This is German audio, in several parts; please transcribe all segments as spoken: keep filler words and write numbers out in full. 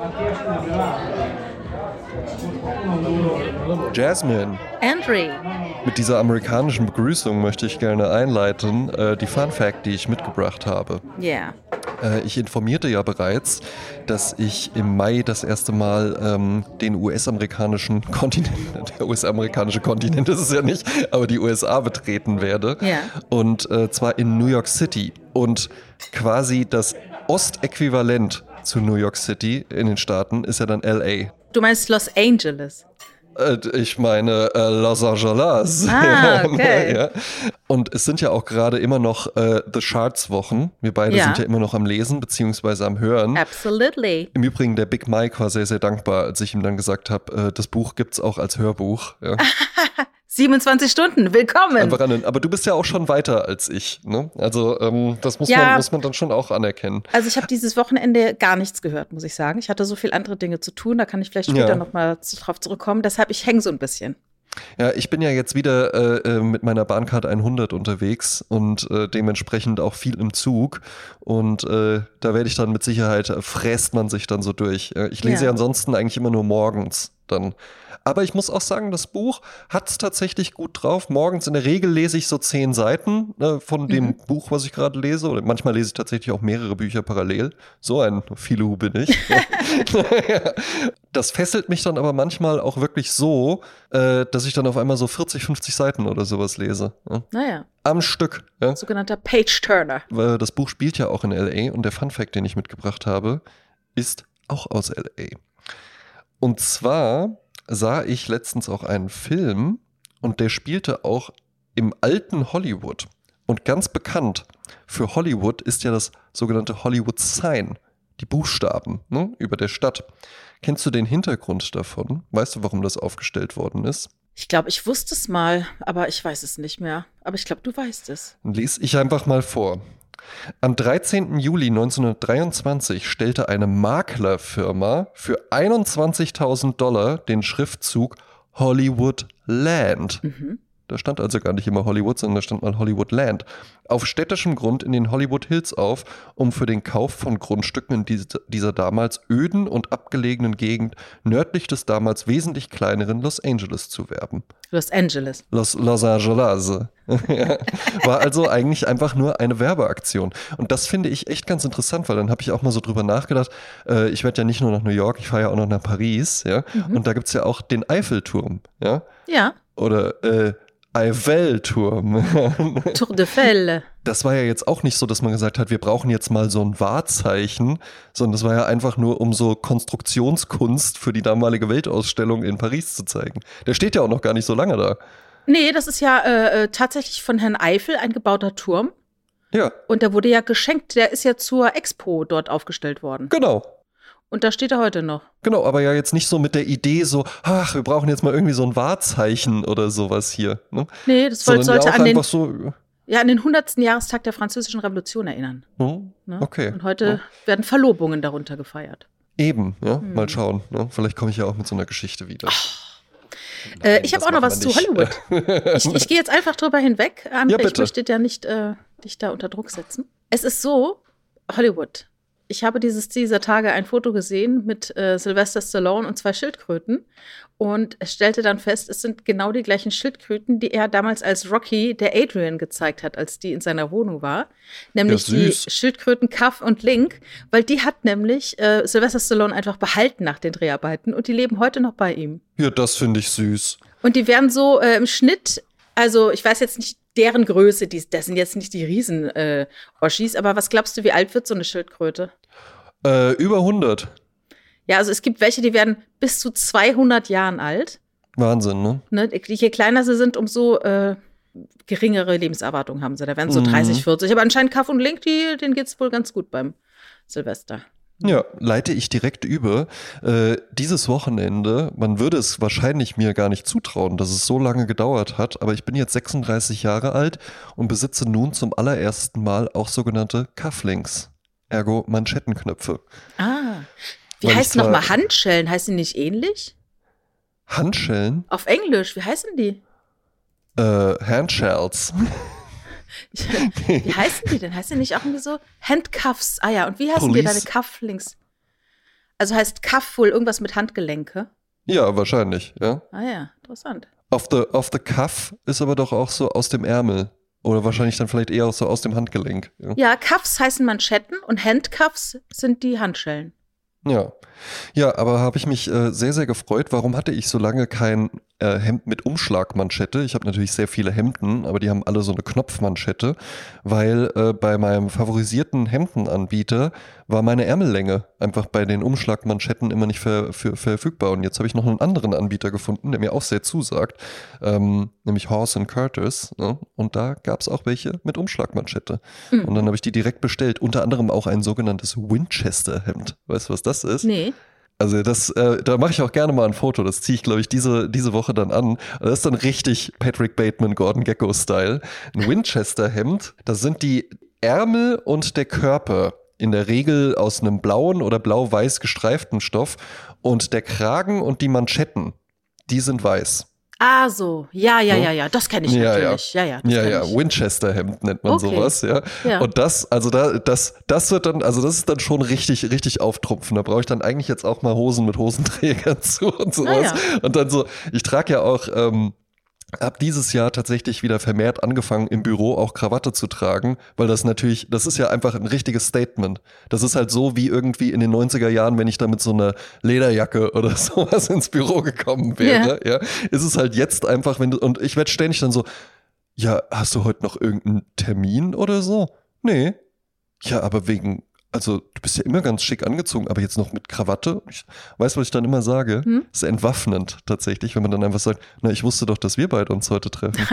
Jasmine. Andre. Mit dieser amerikanischen Begrüßung möchte ich gerne einleiten, äh, die Fun Fact, die ich mitgebracht habe. Ja. Yeah. Äh, ich informierte ja bereits, dass ich im Mai das erste Mal ähm, den U S-amerikanischen Kontinent, der U S-amerikanische Kontinent ist es ja nicht, aber die U S A betreten werde. Ja. Yeah. Und äh, zwar in New York City. Und quasi das Ostäquivalent zu New York City in den Staaten ist ja dann L A. Du meinst Los Angeles? Ich meine äh, Los Angeles. Ah, okay. Ja. Und es sind ja auch gerade immer noch äh, The Charts-Wochen. Wir beide ja. sind ja immer noch am Lesen beziehungsweise am Hören. Absolutely. Im Übrigen, der Big Mike war sehr, sehr dankbar, als ich ihm dann gesagt habe, äh, das Buch gibt's auch als Hörbuch. Ja. siebenundzwanzig Stunden, willkommen. Einfach an, aber du bist ja auch schon weiter als ich, ne? Also ähm, das muss, ja. man, muss man dann schon auch anerkennen. Also ich habe dieses Wochenende gar nichts gehört, muss ich sagen. Ich hatte so viele andere Dinge zu tun, da kann ich vielleicht später ja. nochmal drauf zurückkommen. Deshalb, ich hänge so ein bisschen. Ja, ich bin ja jetzt wieder äh, mit meiner Bahncard hundert unterwegs und äh, dementsprechend auch viel im Zug und äh, da werde ich dann mit Sicherheit, äh, fräst man sich dann so durch. Ich lese ja. ja ansonsten eigentlich immer nur morgens dann. Aber ich muss auch sagen, das Buch hat es tatsächlich gut drauf. Morgens in der Regel lese ich so zehn Seiten äh, von dem mhm. Buch, was ich gerade lese. Oder manchmal lese ich tatsächlich auch mehrere Bücher parallel. So ein Filou bin ich. Das fesselt mich dann aber manchmal auch wirklich so, äh, dass ich dann auf einmal so vierzig, fünfzig Seiten oder sowas lese. Ja? Naja. Am Stück. Ja? Sogenannter Page-Turner. Weil das Buch spielt ja auch in L A und der Funfact, den ich mitgebracht habe, ist auch aus L A. Und zwar sah ich letztens auch einen Film und der spielte auch im alten Hollywood. Und ganz bekannt für Hollywood ist ja das sogenannte Hollywood Sign, die Buchstaben, ne, über der Stadt. Kennst du den Hintergrund davon? Weißt du, warum das aufgestellt worden ist? Ich glaube, ich wusste es mal, aber ich weiß es nicht mehr. Aber ich glaube, du weißt es. Dann lese ich einfach mal vor. Am dreizehnten Juli neunzehnhundertdreiundzwanzig stellte eine Maklerfirma für einundzwanzigtausend Dollar den Schriftzug Hollywood Land. Mhm. Da stand also gar nicht immer Hollywood, sondern da stand mal Hollywood Land. Auf städtischem Grund in den Hollywood Hills auf, um für den Kauf von Grundstücken in diese, dieser damals öden und abgelegenen Gegend nördlich des damals wesentlich kleineren Los Angeles zu werben. Los Angeles. Los, Los Angeles. War also eigentlich einfach nur eine Werbeaktion. Und das finde ich echt ganz interessant, weil dann habe ich auch mal so drüber nachgedacht, äh, ich werde ja nicht nur nach New York, ich fahre ja auch noch nach Paris, ja. Mhm. Und da gibt es ja auch den Eiffelturm, ja. Ja. Oder äh, Eiffelturm. Tour de Eiffel. Das war ja jetzt auch nicht so, dass man gesagt hat, wir brauchen jetzt mal so ein Wahrzeichen, sondern das war ja einfach nur, um so Konstruktionskunst für die damalige Weltausstellung in Paris zu zeigen. Der steht ja auch noch gar nicht so lange da. Nee, das ist ja äh, tatsächlich von Herrn Eiffel ein gebauter Turm. Ja. Und der wurde ja geschenkt, der ist ja zur Expo dort aufgestellt worden. Genau. Und da steht er heute noch. Genau, aber ja jetzt nicht so mit der Idee so, ach, wir brauchen jetzt mal irgendwie so ein Wahrzeichen oder sowas hier. Ne? Nee, das sollte ja an den, so, ja, an den hundertsten Jahrestag der Französischen Revolution erinnern. Hm, ne? Okay. Und heute ja. werden Verlobungen darunter gefeiert. Eben, ja, hm. mal schauen. Ne? Vielleicht komme ich ja auch mit so einer Geschichte wieder. Nein, äh, ich habe auch noch was zu Hollywood. ich ich gehe jetzt einfach drüber hinweg. André, ja, ich möchte ja nicht äh, dich da unter Druck setzen. Es ist so, Hollywood. Ich habe dieses, dieser Tage ein Foto gesehen mit äh, Sylvester Stallone und zwei Schildkröten und es stellte dann fest, es sind genau die gleichen Schildkröten, die er damals als Rocky der Adrian gezeigt hat, als die in seiner Wohnung war. Nämlich ja, die Schildkröten Cuff und Link, weil die hat nämlich äh, Sylvester Stallone einfach behalten nach den Dreharbeiten und die leben heute noch bei ihm. Ja, das finde ich süß. Und die werden so äh, im Schnitt, also ich weiß jetzt nicht, deren Größe, die, das sind jetzt nicht die Riesen-Oschis, äh, aber was glaubst du, wie alt wird so eine Schildkröte? Äh, über hundert. Ja, also es gibt welche, die werden bis zu zweihundert Jahren alt. Wahnsinn, ne? ne? Je kleiner sie sind, umso äh, geringere Lebenserwartung haben sie. Da werden so mhm. dreißig, vierzig. Aber anscheinend Cuff und Link, die, denen geht's wohl ganz gut beim Silvester. Ja, leite ich direkt über. Äh, dieses Wochenende, man würde es wahrscheinlich mir gar nicht zutrauen, dass es so lange gedauert hat, aber ich bin jetzt sechsunddreißig Jahre alt und besitze nun zum allerersten Mal auch sogenannte Cufflinks, ergo Manschettenknöpfe. Ah, wie Weil heißt nochmal Handschellen? Heißen die nicht ähnlich? Handschellen? Auf Englisch, wie heißen die? Äh, Handshells. Wie heißen die denn? Heißt die nicht auch irgendwie so? Handcuffs. Ah ja, und wie heißen Police. Die deine Cufflinks? Also heißt Cuff wohl irgendwas mit Handgelenke? Ja, wahrscheinlich, ja. Ah ja, interessant. Off the, off the cuff ist aber doch auch so aus dem Ärmel. Oder wahrscheinlich dann vielleicht eher so aus dem Handgelenk. Ja, ja, Cuffs heißen Manschetten und Handcuffs sind die Handschellen. Ja, ja, aber habe ich mich äh, sehr, sehr gefreut. Warum hatte ich so lange kein äh, Hemd mit Umschlagmanschette? Ich habe natürlich sehr viele Hemden, aber die haben alle so eine Knopfmanschette, weil äh, bei meinem favorisierten Hemdenanbieter war meine Ärmellänge einfach bei den Umschlagmanschetten immer nicht ver- für, verfügbar. Und jetzt habe ich noch einen anderen Anbieter gefunden, der mir auch sehr zusagt, ähm, nämlich Horse and Curtis. Ne? Und da gab es auch welche mit Umschlagmanschette. Mhm. Und dann habe ich die direkt bestellt, unter anderem auch ein sogenanntes Winchester-Hemd. Weißt du, was das ist? Nee. Also das, äh, da mache ich auch gerne mal ein Foto. Das ziehe ich, glaube ich, diese, diese Woche dann an. Das ist dann richtig Patrick Bateman, Gordon Gekko-Style. Ein Winchester-Hemd, das sind die Ärmel und der Körper in der Regel aus einem blauen oder blau-weiß gestreiften Stoff und der Kragen und die Manschetten, die sind weiß. Ah, so. Ja, ja, ja, ja. Das kenne ich ja, natürlich. Ja, ja. Ja, ja, ja. ja. Winchester-Hemd nennt man okay. sowas, ja. ja. Und das, also da, das, das wird dann, also das ist dann schon richtig, richtig auftrumpfen. Da brauche ich dann eigentlich jetzt auch mal Hosen mit Hosenträgern zu und sowas. Ja. Und dann so, ich trage ja auch, ähm, habe dieses Jahr tatsächlich wieder vermehrt angefangen, im Büro auch Krawatte zu tragen, weil das natürlich, das ist ja einfach ein richtiges Statement. Das ist halt so wie irgendwie in den neunziger Jahren, wenn ich da mit so einer Lederjacke oder sowas ins Büro gekommen wäre, ja, ja ist es halt jetzt einfach, wenn du, und ich werde ständig dann so, ja, hast du heute noch irgendeinen Termin oder so? Nee. Ja, aber wegen, also du bist ja immer ganz schick angezogen, aber jetzt noch mit Krawatte? Ich weiß, was ich dann immer sage. Hm? Das ist entwaffnend tatsächlich, wenn man dann einfach sagt, na, ich wusste doch, dass wir beide uns heute treffen.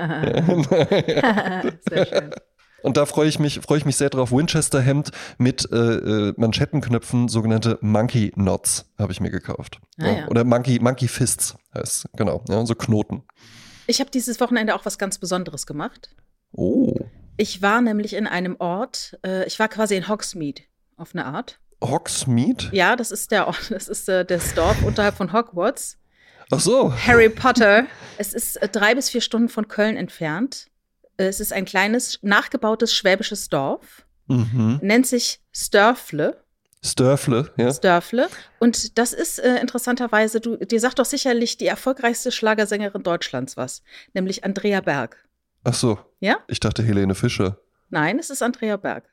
Sehr schön. Und da freue ich mich, freue ich mich sehr drauf. Winchester-Hemd mit äh, Manschettenknöpfen, sogenannte Monkey Knots, habe ich mir gekauft. Ah, ja. Ja. Oder Monkey, Monkey Fists heißt, genau, ja, so Knoten. Ich habe dieses Wochenende auch was ganz Besonderes gemacht. Oh. Ich war nämlich in einem Ort, äh, ich war quasi in Hogsmeade auf eine Art. Hogsmeade? Ja, das ist der Ort, das ist äh, das Dorf unterhalb von Hogwarts. Ach so. Harry Potter. Es ist äh, drei bis vier Stunden von Köln entfernt. Es ist ein kleines, nachgebautes schwäbisches Dorf. Mhm. Nennt sich Störfle. Störfle, ja. Störfle. Und das ist äh, interessanterweise, du, dir sagt doch sicherlich die erfolgreichste Schlagersängerin Deutschlands was, nämlich Andrea Berg. Ach so. Ja? Ich dachte Helene Fischer. Nein, es ist Andrea Berg.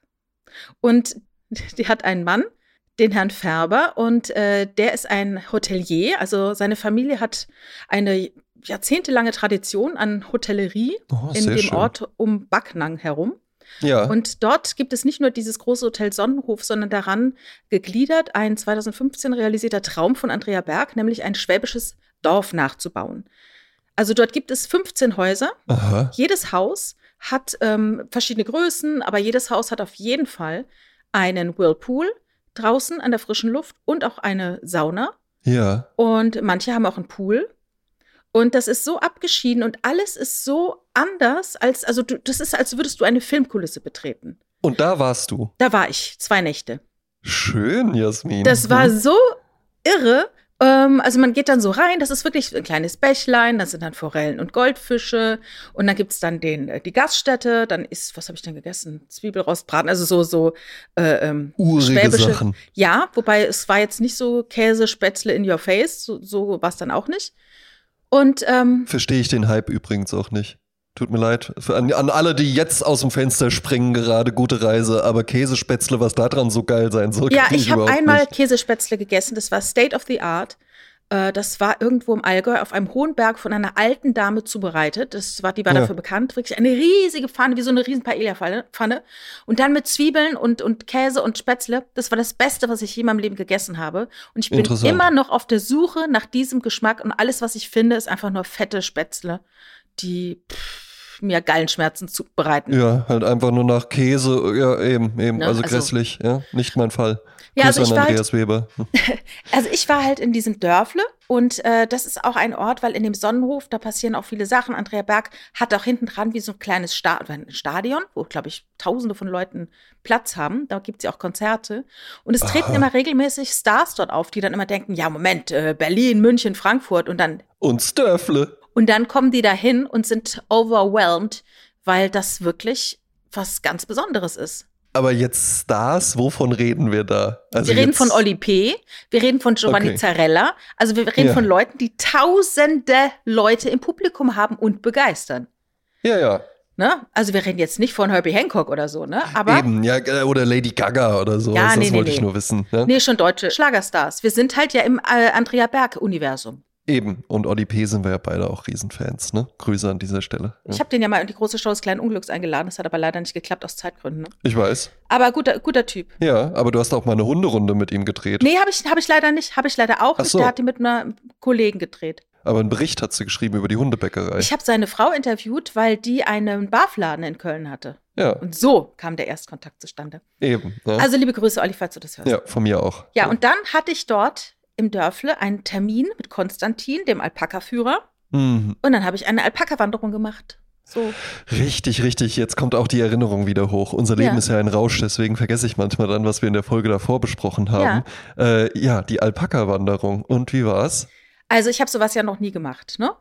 Und die hat einen Mann, den Herrn Färber, und äh, der ist ein Hotelier. Also seine Familie hat eine jahrzehntelange Tradition an Hotellerie oh, in dem schön. Ort um Backnang herum. Ja. Und dort gibt es nicht nur dieses große Hotel Sonnenhof, sondern daran gegliedert ein zweitausendfünfzehn realisierter Traum von Andrea Berg, nämlich ein schwäbisches Dorf nachzubauen. Also dort gibt es fünfzehn Häuser. Aha. Jedes Haus hat ähm, verschiedene Größen, aber jedes Haus hat auf jeden Fall einen Whirlpool draußen an der frischen Luft und auch eine Sauna. Ja. Und manche haben auch einen Pool. Und das ist so abgeschieden und alles ist so anders, als, also du, das ist, als würdest du eine Filmkulisse betreten. Und da warst du? Da war ich, zwei Nächte. Schön, Jasmin. Das war so irre. Ähm, also man geht dann so rein, das ist wirklich ein kleines Bächlein, da sind dann Forellen und Goldfische und dann gibt es dann den, die Gaststätte, dann ist, was habe ich denn gegessen? Zwiebelrostbraten, also so, so äh, ähm, urige schwäbische Sachen. Ja, wobei es war jetzt nicht so Käse, Spätzle in your face, so, so war es dann auch nicht. Und ähm, verstehe ich den Hype übrigens auch nicht. Tut mir leid. Für, an, an alle, die jetzt aus dem Fenster springen, gerade gute Reise, aber Käsespätzle, was da dran so geil sein soll. Ja, ich, ich habe einmal nicht. Käsespätzle gegessen, das war State of the Art. Äh, das war irgendwo im Allgäu auf einem hohen Berg von einer alten Dame zubereitet. Das war, die war ja. dafür bekannt. Wirklich eine riesige Pfanne, wie so eine riesen Paella-Pfanne. Und dann mit Zwiebeln und, und Käse und Spätzle. Das war das Beste, was ich je in meinem Leben gegessen habe. Und ich bin immer noch auf der Suche nach diesem Geschmack. Und alles, was ich finde, ist einfach nur fette Spätzle, die pff, mir Gallenschmerzen zu bereiten. Ja, halt einfach nur nach Käse. Ja, eben, eben. Ne? Also, also grässlich. Ja, nicht mein Fall. Ja, also ich, war Andreas halt, Weber. also ich war halt in diesem Dörfle und äh, das ist auch ein Ort, weil in dem Sonnenhof, da passieren auch viele Sachen. Andrea Berg hat auch hinten dran wie so ein kleines Sta- ein Stadion, wo, glaube ich, tausende von Leuten Platz haben. Da gibt es ja auch Konzerte. Und es treten Aha. immer regelmäßig Stars dort auf, die dann immer denken, ja, Moment, äh, Berlin, München, Frankfurt und dann Und Störfle. Und dann kommen die da hin und sind overwhelmed, weil das wirklich was ganz Besonderes ist. Aber jetzt Stars, wovon reden wir da? Also wir reden von Oli P., wir reden von Giovanni okay. Zarella, also wir reden ja. von Leuten, die tausende Leute im Publikum haben und begeistern. Ja, ja. Ne? Also wir reden jetzt nicht von Herbie Hancock oder so, ne? Aber eben, ja, oder Lady Gaga oder so, ja, das nee, wollte nee, ich nee. nur wissen. Ne? Nee, schon deutsche Schlagerstars. Wir sind halt ja im äh, Andrea Berg-Universum. Eben, und Oli P. sind wir ja beide auch Riesenfans, ne? Grüße an dieser Stelle. Ja. Ich habe den ja mal in die große Show des kleinen Unglücks eingeladen, das hat aber leider nicht geklappt aus Zeitgründen. Ne? Ich weiß. Aber guter, guter Typ. Ja, aber du hast auch mal eine Hunderunde mit ihm gedreht. Nee, habe ich, hab ich leider nicht, habe ich leider auch Ach nicht. so. Der hat die mit einer Kollegen gedreht. Aber einen Bericht hat sie geschrieben über die Hundebäckerei. Ich habe seine Frau interviewt, weil die einen Barfladen in Köln hatte. Ja. Und so kam der Erstkontakt zustande. Eben. Ja. Also liebe Grüße, Olli, falls du das hörst. Ja, von mir auch. Ja, und dann hatte ich dort im Dörfle einen Termin mit Konstantin, dem Alpaka-Führer. Mhm. Und dann habe ich eine Alpaka-Wanderung gemacht. So. Richtig, richtig. Jetzt kommt auch die Erinnerung wieder hoch. Unser Leben ja. ist ja ein Rausch, deswegen vergesse ich manchmal dann, was wir in der Folge davor besprochen haben. Ja, äh, ja die Alpaka-Wanderung. Und wie war's? Also ich habe sowas ja noch nie gemacht, ne?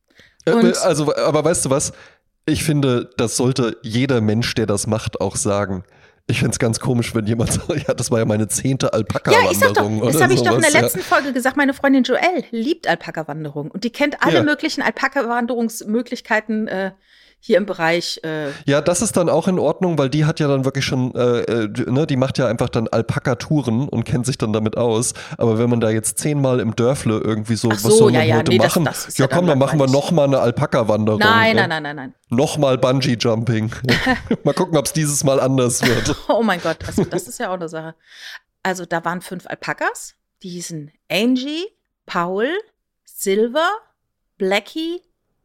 Und also, aber weißt du was? Ich finde, das sollte jeder Mensch, der das macht, auch sagen. Ich find's ganz komisch, wenn jemand sagt, ja, das war ja meine zehnte Alpaka-Wanderung. Ja, ich sag doch, das habe ich doch in der ja. letzten Folge gesagt, meine Freundin Joelle liebt Alpaka-Wanderung und die kennt alle ja. möglichen Alpaka-Wanderungsmöglichkeiten äh, hier im Bereich. Äh ja, das ist dann auch in Ordnung, weil die hat ja dann wirklich schon, äh, ne, die macht ja einfach dann Alpaka-Touren und kennt sich dann damit aus. Aber wenn man da jetzt zehnmal im Dörfle irgendwie so, so was soll man ja, ja, heute nee, machen? Das, das ist ja, ja komm, dann machen wir nochmal eine Alpaka-Wanderung. Nein, ja. nein, nein, nein, nein. Nochmal Bungee-Jumping. Mal gucken, ob es dieses Mal anders wird. Oh mein Gott, also das ist ja auch eine Sache. Also da waren fünf Alpakas, die hießen Angie, Paul, Silver, Blackie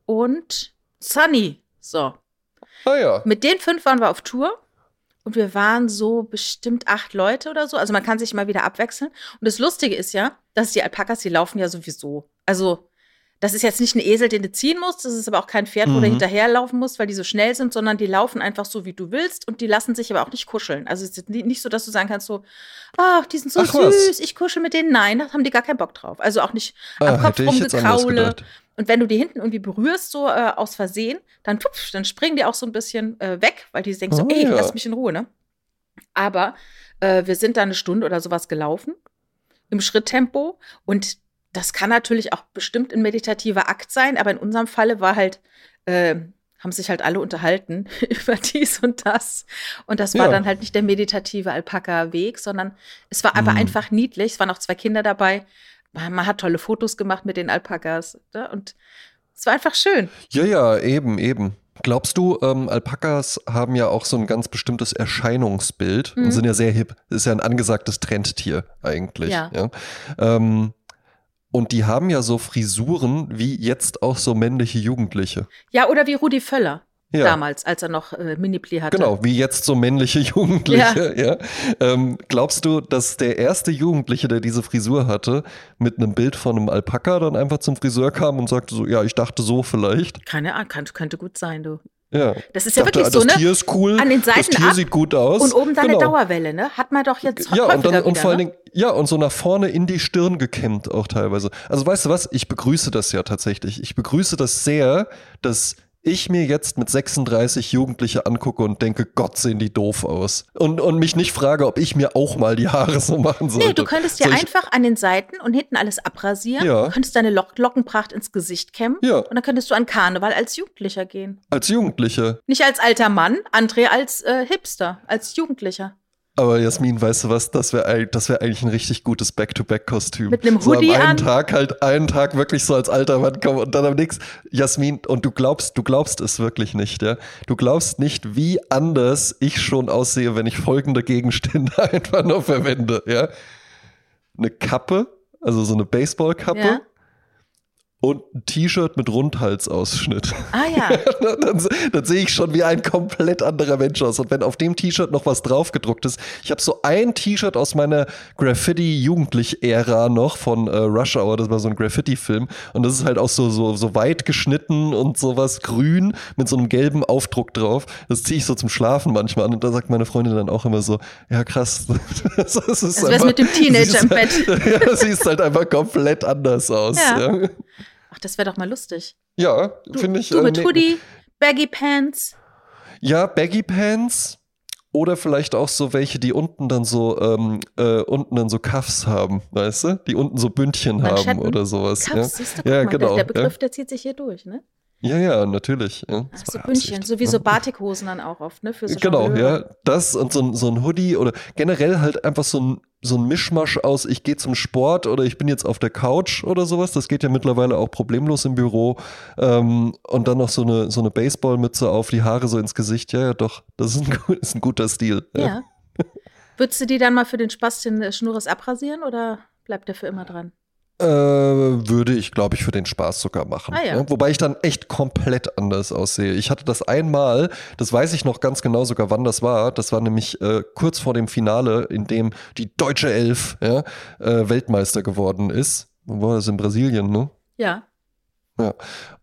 und Sunny. So. Ah ja. Mit den fünf waren wir auf Tour und wir waren so bestimmt acht Leute oder so. Also man kann sich mal wieder abwechseln. Und das Lustige ist ja, dass die Alpakas, die laufen ja sowieso. Also das ist jetzt nicht ein Esel, den du ziehen musst. Das ist aber auch kein Pferd, wo mhm. du hinterherlaufen musst, weil die so schnell sind, sondern die laufen einfach so, wie du willst. Und die lassen sich aber auch nicht kuscheln. Also es ist nicht so, dass du sagen kannst so, ach, die sind so Ach, süß, was? ich kuschel mit denen. Nein, da haben die gar keinen Bock drauf. Also auch nicht ah, am Kopf rumgekraule. Und wenn du die hinten irgendwie berührst, so äh, aus Versehen, dann, pupf, dann springen die auch so ein bisschen äh, weg, weil die denken so, oh, ey, ja. lass mich in Ruhe, ne? Aber äh, wir sind da eine Stunde oder sowas gelaufen, im Schritttempo. Und das kann natürlich auch bestimmt ein meditativer Akt sein, aber in unserem Falle war halt, äh, haben sich halt alle unterhalten über dies und das. Und das war ja. dann halt nicht der meditative Alpaka-Weg, sondern es war aber mhm. einfach niedlich. Es waren auch zwei Kinder dabei. Man hat tolle Fotos gemacht mit den Alpakas. Ne? Und es war einfach schön. Ja, ja, eben, eben. Glaubst du, ähm, Alpakas haben ja auch so ein ganz bestimmtes Erscheinungsbild mhm. und sind ja sehr hip. Ist ja ein angesagtes Trendtier eigentlich. Ja. ja? Ähm, und die haben ja so Frisuren wie jetzt auch so männliche Jugendliche. Ja, oder wie Rudi Völler. Ja. Damals, als er noch äh, Mini-Pli hatte. Genau, wie jetzt so männliche Jugendliche. Ja. Ja. Ähm, glaubst du, dass der erste Jugendliche, der diese Frisur hatte, mit einem Bild von einem Alpaka dann einfach zum Friseur kam und sagte so, ja, ich dachte so vielleicht? Keine Ahnung, kann, könnte gut sein, du. Ja. Das ist ich ja dachte, wirklich so, das ne? Das Tier ist cool, an den Seiten das Tier ab sieht gut aus. Und oben dann genau. eine Dauerwelle, ne? Hat man doch jetzt ja, und dann wieder, und vor allen ne? Dingen, ja, und so nach vorne in die Stirn gekämmt auch teilweise. Also weißt du was, ich begrüße das ja tatsächlich. Ich begrüße das sehr, dass ich mir jetzt mit sechsunddreißig Jugendliche angucke und denke, Gott, sehen die doof aus. Und, und mich nicht frage, ob ich mir auch mal die Haare so machen sollte. Nee, du könntest ja einfach an den Seiten und hinten alles abrasieren. Ja. Du könntest deine Lock- Lockenpracht ins Gesicht kämmen. Ja. Und dann könntest du an Karneval als Jugendlicher gehen. Als Jugendliche. Nicht als alter Mann, André als äh, Hipster, als Jugendlicher. Aber Jasmin, weißt du was, das wäre das wär eigentlich ein richtig gutes Back-to-Back-Kostüm. Mit einem Hoodie so am einen an. Tag halt einen Tag wirklich so als alter Mann kommen und dann am nächsten, Jasmin, und du glaubst, du glaubst es wirklich nicht, ja. Du glaubst nicht, wie anders ich schon aussehe, wenn ich folgende Gegenstände einfach nur verwende, ja. Eine Kappe, also so eine Baseballkappe. Ja. Und ein T-Shirt mit Rundhalsausschnitt. Ah ja. dann, dann sehe ich schon wie ein komplett anderer Mensch aus. Und wenn auf dem T-Shirt noch was drauf gedruckt ist, ich habe so ein T-Shirt aus meiner Graffiti-Jugendlich-Ära noch von äh, Rush Hour, das war so ein Graffiti-Film. Und das ist halt auch so, so, so weit geschnitten und sowas grün mit so einem gelben Aufdruck drauf. Das ziehe ich so zum Schlafen manchmal an. Und da sagt meine Freundin dann auch immer so, ja krass. das ist das ist einfach, mit dem Teenager im Bett. Ja, siehst halt einfach komplett anders aus. Ja. Ja. Ach, das wäre doch mal lustig. Ja, finde ich. Du mit äh, Hoodie, Baggy Pants. Ja, Baggy Pants Oder vielleicht auch so welche, die unten dann so ähm, äh, unten dann so Cuffs haben, weißt du? Die unten so Bündchen Manschetten. haben oder sowas. Cuffs, ja, siehst du, guck ja mal, genau. Der, der Begriff, ja. der zieht sich hier durch, ne? Ja, ja, natürlich. Ja. Ach, so Bündchen, Absicht, so wie ne? so Batikhosen dann auch oft, ne? Für so genau, Jongleure. ja. Das und so ein, so ein Hoodie oder generell halt einfach so ein, so ein Mischmasch aus, ich gehe zum Sport oder ich bin jetzt auf der Couch oder sowas. Das geht ja mittlerweile auch problemlos im Büro. Ähm, und dann noch so eine, so eine Baseballmütze auf, die Haare so ins Gesicht. Ja, ja, doch, das ist ein, ist ein guter Stil. Ja. ja. Würdest du die dann mal für den Spaß den Schnurres abrasieren oder bleibt der für immer dran? Äh, würde ich, glaube ich, für den Spaß sogar machen. Ah, ja. Ja? Wobei ich dann echt komplett anders aussehe. Ich hatte das einmal, das weiß ich noch ganz genau sogar, wann das war. Das war nämlich äh, kurz vor dem Finale, in dem die deutsche Elf ja, äh, Weltmeister geworden ist. Wo war das? In Brasilien, ne? Ja. Ja.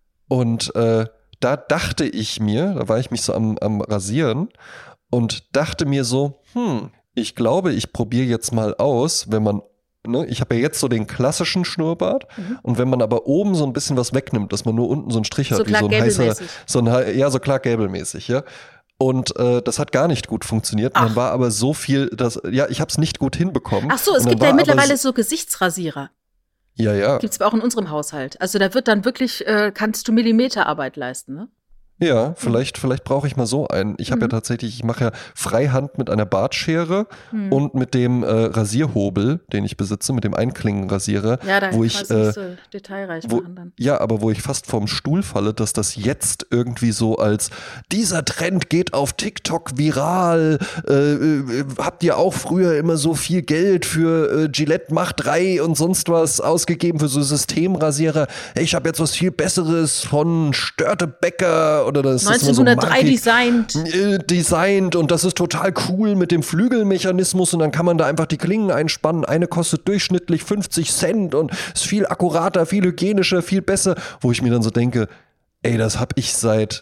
Und äh, da dachte ich mir, da war ich mich so am, am Rasieren und dachte mir so, hm, ich glaube, ich probiere jetzt mal aus, wenn man Ne, ich habe ja jetzt so den klassischen Schnurrbart mhm. und wenn man aber oben so ein bisschen was wegnimmt, dass man nur unten so einen Strich so hat, wie so ein heißer, so ein, ja, so Clark Gable-mäßig, ja. Und äh, das hat gar nicht gut funktioniert. Ach. Dann war aber so viel, dass, ja, ich habe es nicht gut hinbekommen. Ach so, es gibt ja mittlerweile so Gesichtsrasierer. Ja, ja. Gibt es auch in unserem Haushalt. Also da wird dann wirklich, äh, kannst du Millimeterarbeit leisten, ne? Ja, vielleicht, mhm. vielleicht brauche ich mal so einen. Ich habe mhm. ja tatsächlich, ich mache ja Freihand mit einer Bartschere mhm. und mit dem äh, Rasierhobel, den ich besitze, mit dem Einklingenrasierer. Ja, da wo ich äh, nicht so detailreich wo, machen dann. Ja, aber wo ich fast vorm Stuhl falle, dass das jetzt irgendwie so als dieser Trend geht auf TikTok viral. Äh, äh, habt ihr auch früher immer so viel Geld für äh, Gillette Mach drei und sonst was ausgegeben für so Systemrasierer? Ich habe jetzt was viel Besseres von Störtebecker oder das neunzehnhundertdrei ist so designt. Äh, designt und das ist total cool mit dem Flügelmechanismus und dann kann man da einfach die Klingen einspannen. Eine kostet durchschnittlich fünfzig Cent und ist viel akkurater, viel hygienischer, viel besser. Wo ich mir dann so denke, ey, das habe ich seit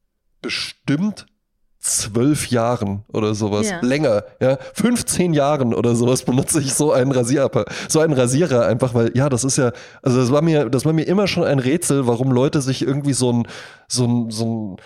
bestimmt zwölf Jahren oder sowas, ja. länger, ja, fünfzehn Jahren oder sowas benutze ich so einen Rasierer, so einen Rasierer einfach, weil, ja, das ist ja, also das war mir, das war mir immer schon ein Rätsel, warum Leute sich irgendwie so ein, so ein, so ein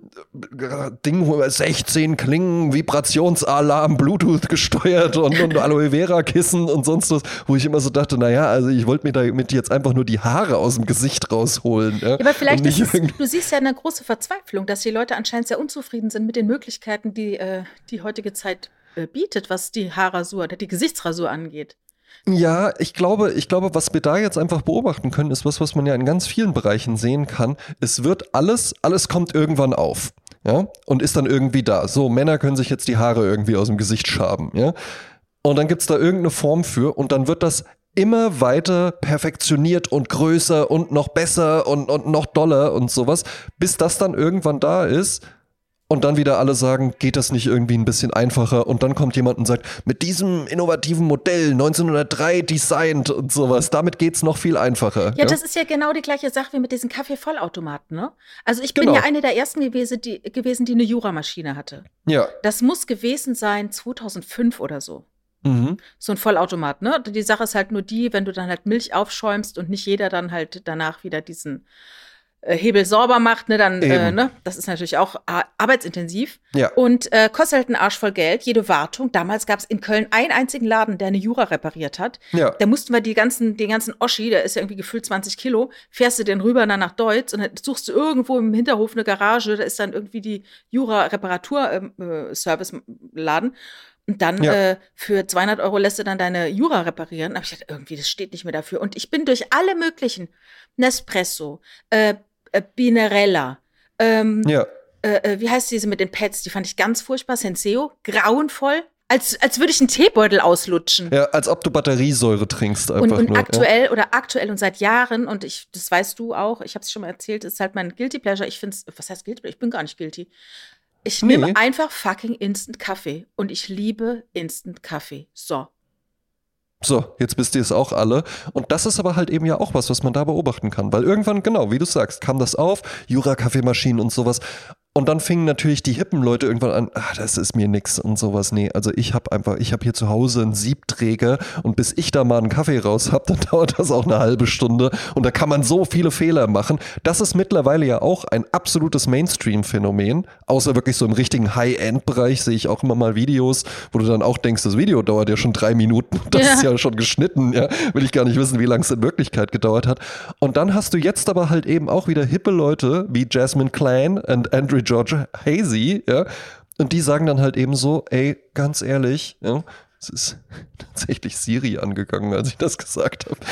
Ding, sechzehn Klingen, Vibrationsalarm, Bluetooth gesteuert und, und Aloe Vera Kissen und sonst was, wo ich immer so dachte, naja, also ich wollte mir damit jetzt einfach nur die Haare aus dem Gesicht rausholen. Ja, ja aber vielleicht ist es, du siehst ja eine große Verzweiflung, dass die Leute anscheinend sehr unzufrieden sind mit den Möglichkeiten, die äh, die heutige Zeit äh, bietet, was die Haarrasur, die Gesichtsrasur angeht. Ja, ich glaube, ich glaube, was wir da jetzt einfach beobachten können, ist was, was man ja in ganz vielen Bereichen sehen kann. Es wird alles, alles kommt irgendwann auf, ja, und ist dann irgendwie da. So, Männer können sich jetzt die Haare irgendwie aus dem Gesicht schaben, ja. Und dann gibt's da irgendeine Form für und dann wird das immer weiter perfektioniert und größer und noch besser und, und noch doller und sowas, bis das dann irgendwann da ist. Und dann wieder alle sagen, geht das nicht irgendwie ein bisschen einfacher? Und dann kommt jemand und sagt, mit diesem innovativen Modell neunzehnhundertdrei designt und sowas, damit geht's noch viel einfacher. Ja, ja, das ist ja genau die gleiche Sache wie mit diesen Kaffeevollautomaten, ne? Also ich bin genau. ja eine der ersten gewesen, die, gewesen, die eine Jura-Maschine hatte. Ja. Das muss gewesen sein zweitausendfünf oder so. Mhm. So ein Vollautomat, ne? Die Sache ist halt nur die, wenn du dann halt Milch aufschäumst und nicht jeder dann halt danach wieder diesen Hebel sauber macht, ne, dann, äh, ne, das ist natürlich auch arbeitsintensiv. Ja. Und äh, kostet halt einen Arsch voll Geld, jede Wartung. Damals gab es in Köln einen einzigen Laden, der eine Jura repariert hat. Ja. Da mussten wir die ganzen, den ganzen Oschi, der ist ja irgendwie gefüllt zwanzig Kilo, fährst du den rüber dann nach Deutz und dann suchst du irgendwo im Hinterhof eine Garage, da ist dann irgendwie die Jura-Reparatur-Service-Laden. Ähm, äh, Und dann ja. äh, für zweihundert Euro lässt du dann deine Jura reparieren. Da hab ich gedacht, irgendwie, das steht nicht mehr dafür. Und ich bin durch alle möglichen Nespresso, äh, Binarella, ähm, ja. äh, wie heißt diese mit den Pads? Die fand ich ganz furchtbar. Senseo, grauenvoll. Als, als würde ich einen Teebeutel auslutschen. Ja, als ob du Batteriesäure trinkst einfach und, und nur. aktuell ja. oder aktuell und seit Jahren, und ich, das weißt du auch, ich habe es schon mal erzählt, ist halt mein Guilty Pleasure. Ich finde es, was heißt Guilty Pleasure? Ich bin gar nicht guilty. Ich nee. nehme einfach fucking Instant Kaffee und ich liebe Instant Kaffee. So. So, jetzt wisst ihr es auch alle. Und das ist aber halt eben ja auch was, was man da beobachten kann. Weil irgendwann, genau, wie du sagst, kam das auf, Jura-Kaffeemaschinen und sowas. Und dann fingen natürlich die hippen Leute irgendwann an, ach, das ist mir nix und sowas. Nee, also ich habe einfach, ich habe hier zu Hause einen Siebträger und bis ich da mal einen Kaffee raus habe, dann dauert das auch eine halbe Stunde und da kann man so viele Fehler machen. Das ist mittlerweile ja auch ein absolutes Mainstream-Phänomen, außer wirklich so im richtigen High-End-Bereich sehe ich auch immer mal Videos, wo du dann auch denkst, das Video dauert ja schon drei Minuten, das ja. ist ja schon geschnitten, ja, will ich gar nicht wissen, wie lange es in Wirklichkeit gedauert hat. Und dann hast du jetzt aber halt eben auch wieder hippe Leute wie Jasmine Klein und Andrew George Hazy, ja, und die sagen dann halt eben so, ey, ganz ehrlich, ja, es ist tatsächlich Siri angegangen, als ich das gesagt habe,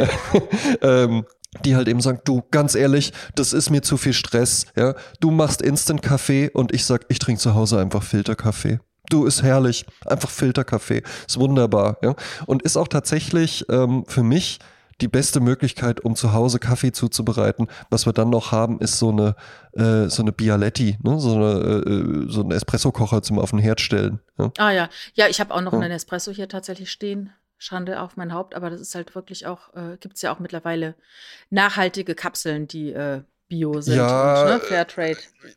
ja, ähm, die halt eben sagen, du, ganz ehrlich, das ist mir zu viel Stress, ja, du machst Instant-Kaffee und ich sag, ich trinke zu Hause einfach Filterkaffee. Du, ist herrlich, einfach Filterkaffee, ist wunderbar, ja, und ist auch tatsächlich ähm, für mich die beste Möglichkeit, um zu Hause Kaffee zuzubereiten. Was wir dann noch haben, ist so eine äh, so eine Bialetti, ne? so, eine, äh, so ein Espresso-Kocher zum auf den Herd stellen. Ja? Ah ja, ja, ich habe auch noch ja. einen Espresso hier tatsächlich stehen. Schande auf mein Haupt, aber das ist halt wirklich auch, äh, gibt es ja auch mittlerweile nachhaltige Kapseln, die äh, bio sind ja, und ne, Fairtrade.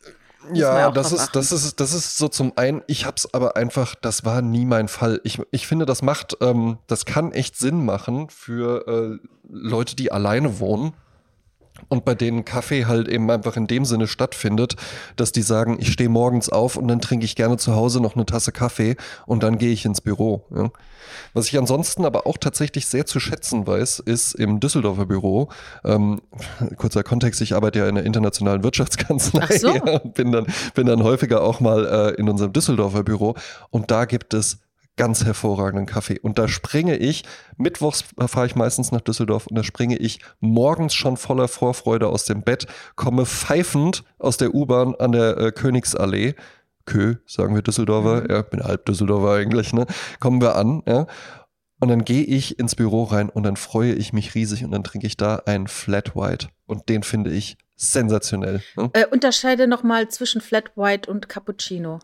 Ja, das ist, das ist, das ist so zum einen, ich hab's aber einfach, das war nie mein Fall. Ich, ich finde, das macht, ähm, das kann echt Sinn machen für äh, Leute, die alleine wohnen und bei denen Kaffee halt eben einfach in dem Sinne stattfindet, dass die sagen, ich stehe morgens auf und dann trinke ich gerne zu Hause noch eine Tasse Kaffee und dann gehe ich ins Büro. Ja. Was ich ansonsten aber auch tatsächlich sehr zu schätzen weiß, ist im Düsseldorfer Büro, ähm, kurzer Kontext, ich arbeite ja in der internationalen Wirtschaftskanzlei. Ach so. Ja, und bin dann, bin dann häufiger auch mal äh, in unserem Düsseldorfer Büro und da gibt es ganz hervorragenden Kaffee. Und da springe ich, mittwochs fahre ich meistens nach Düsseldorf und da springe ich morgens schon voller Vorfreude aus dem Bett, komme pfeifend aus der U-Bahn an der äh, Königsallee, Kö, sagen wir Düsseldorfer, mhm. ja, bin halb Düsseldorfer eigentlich, ne, kommen wir an, ja, und dann gehe ich ins Büro rein und dann freue ich mich riesig und dann trinke ich da einen Flat White und den finde ich sensationell. Ne? Äh, unterscheide nochmal zwischen Flat White und Cappuccino.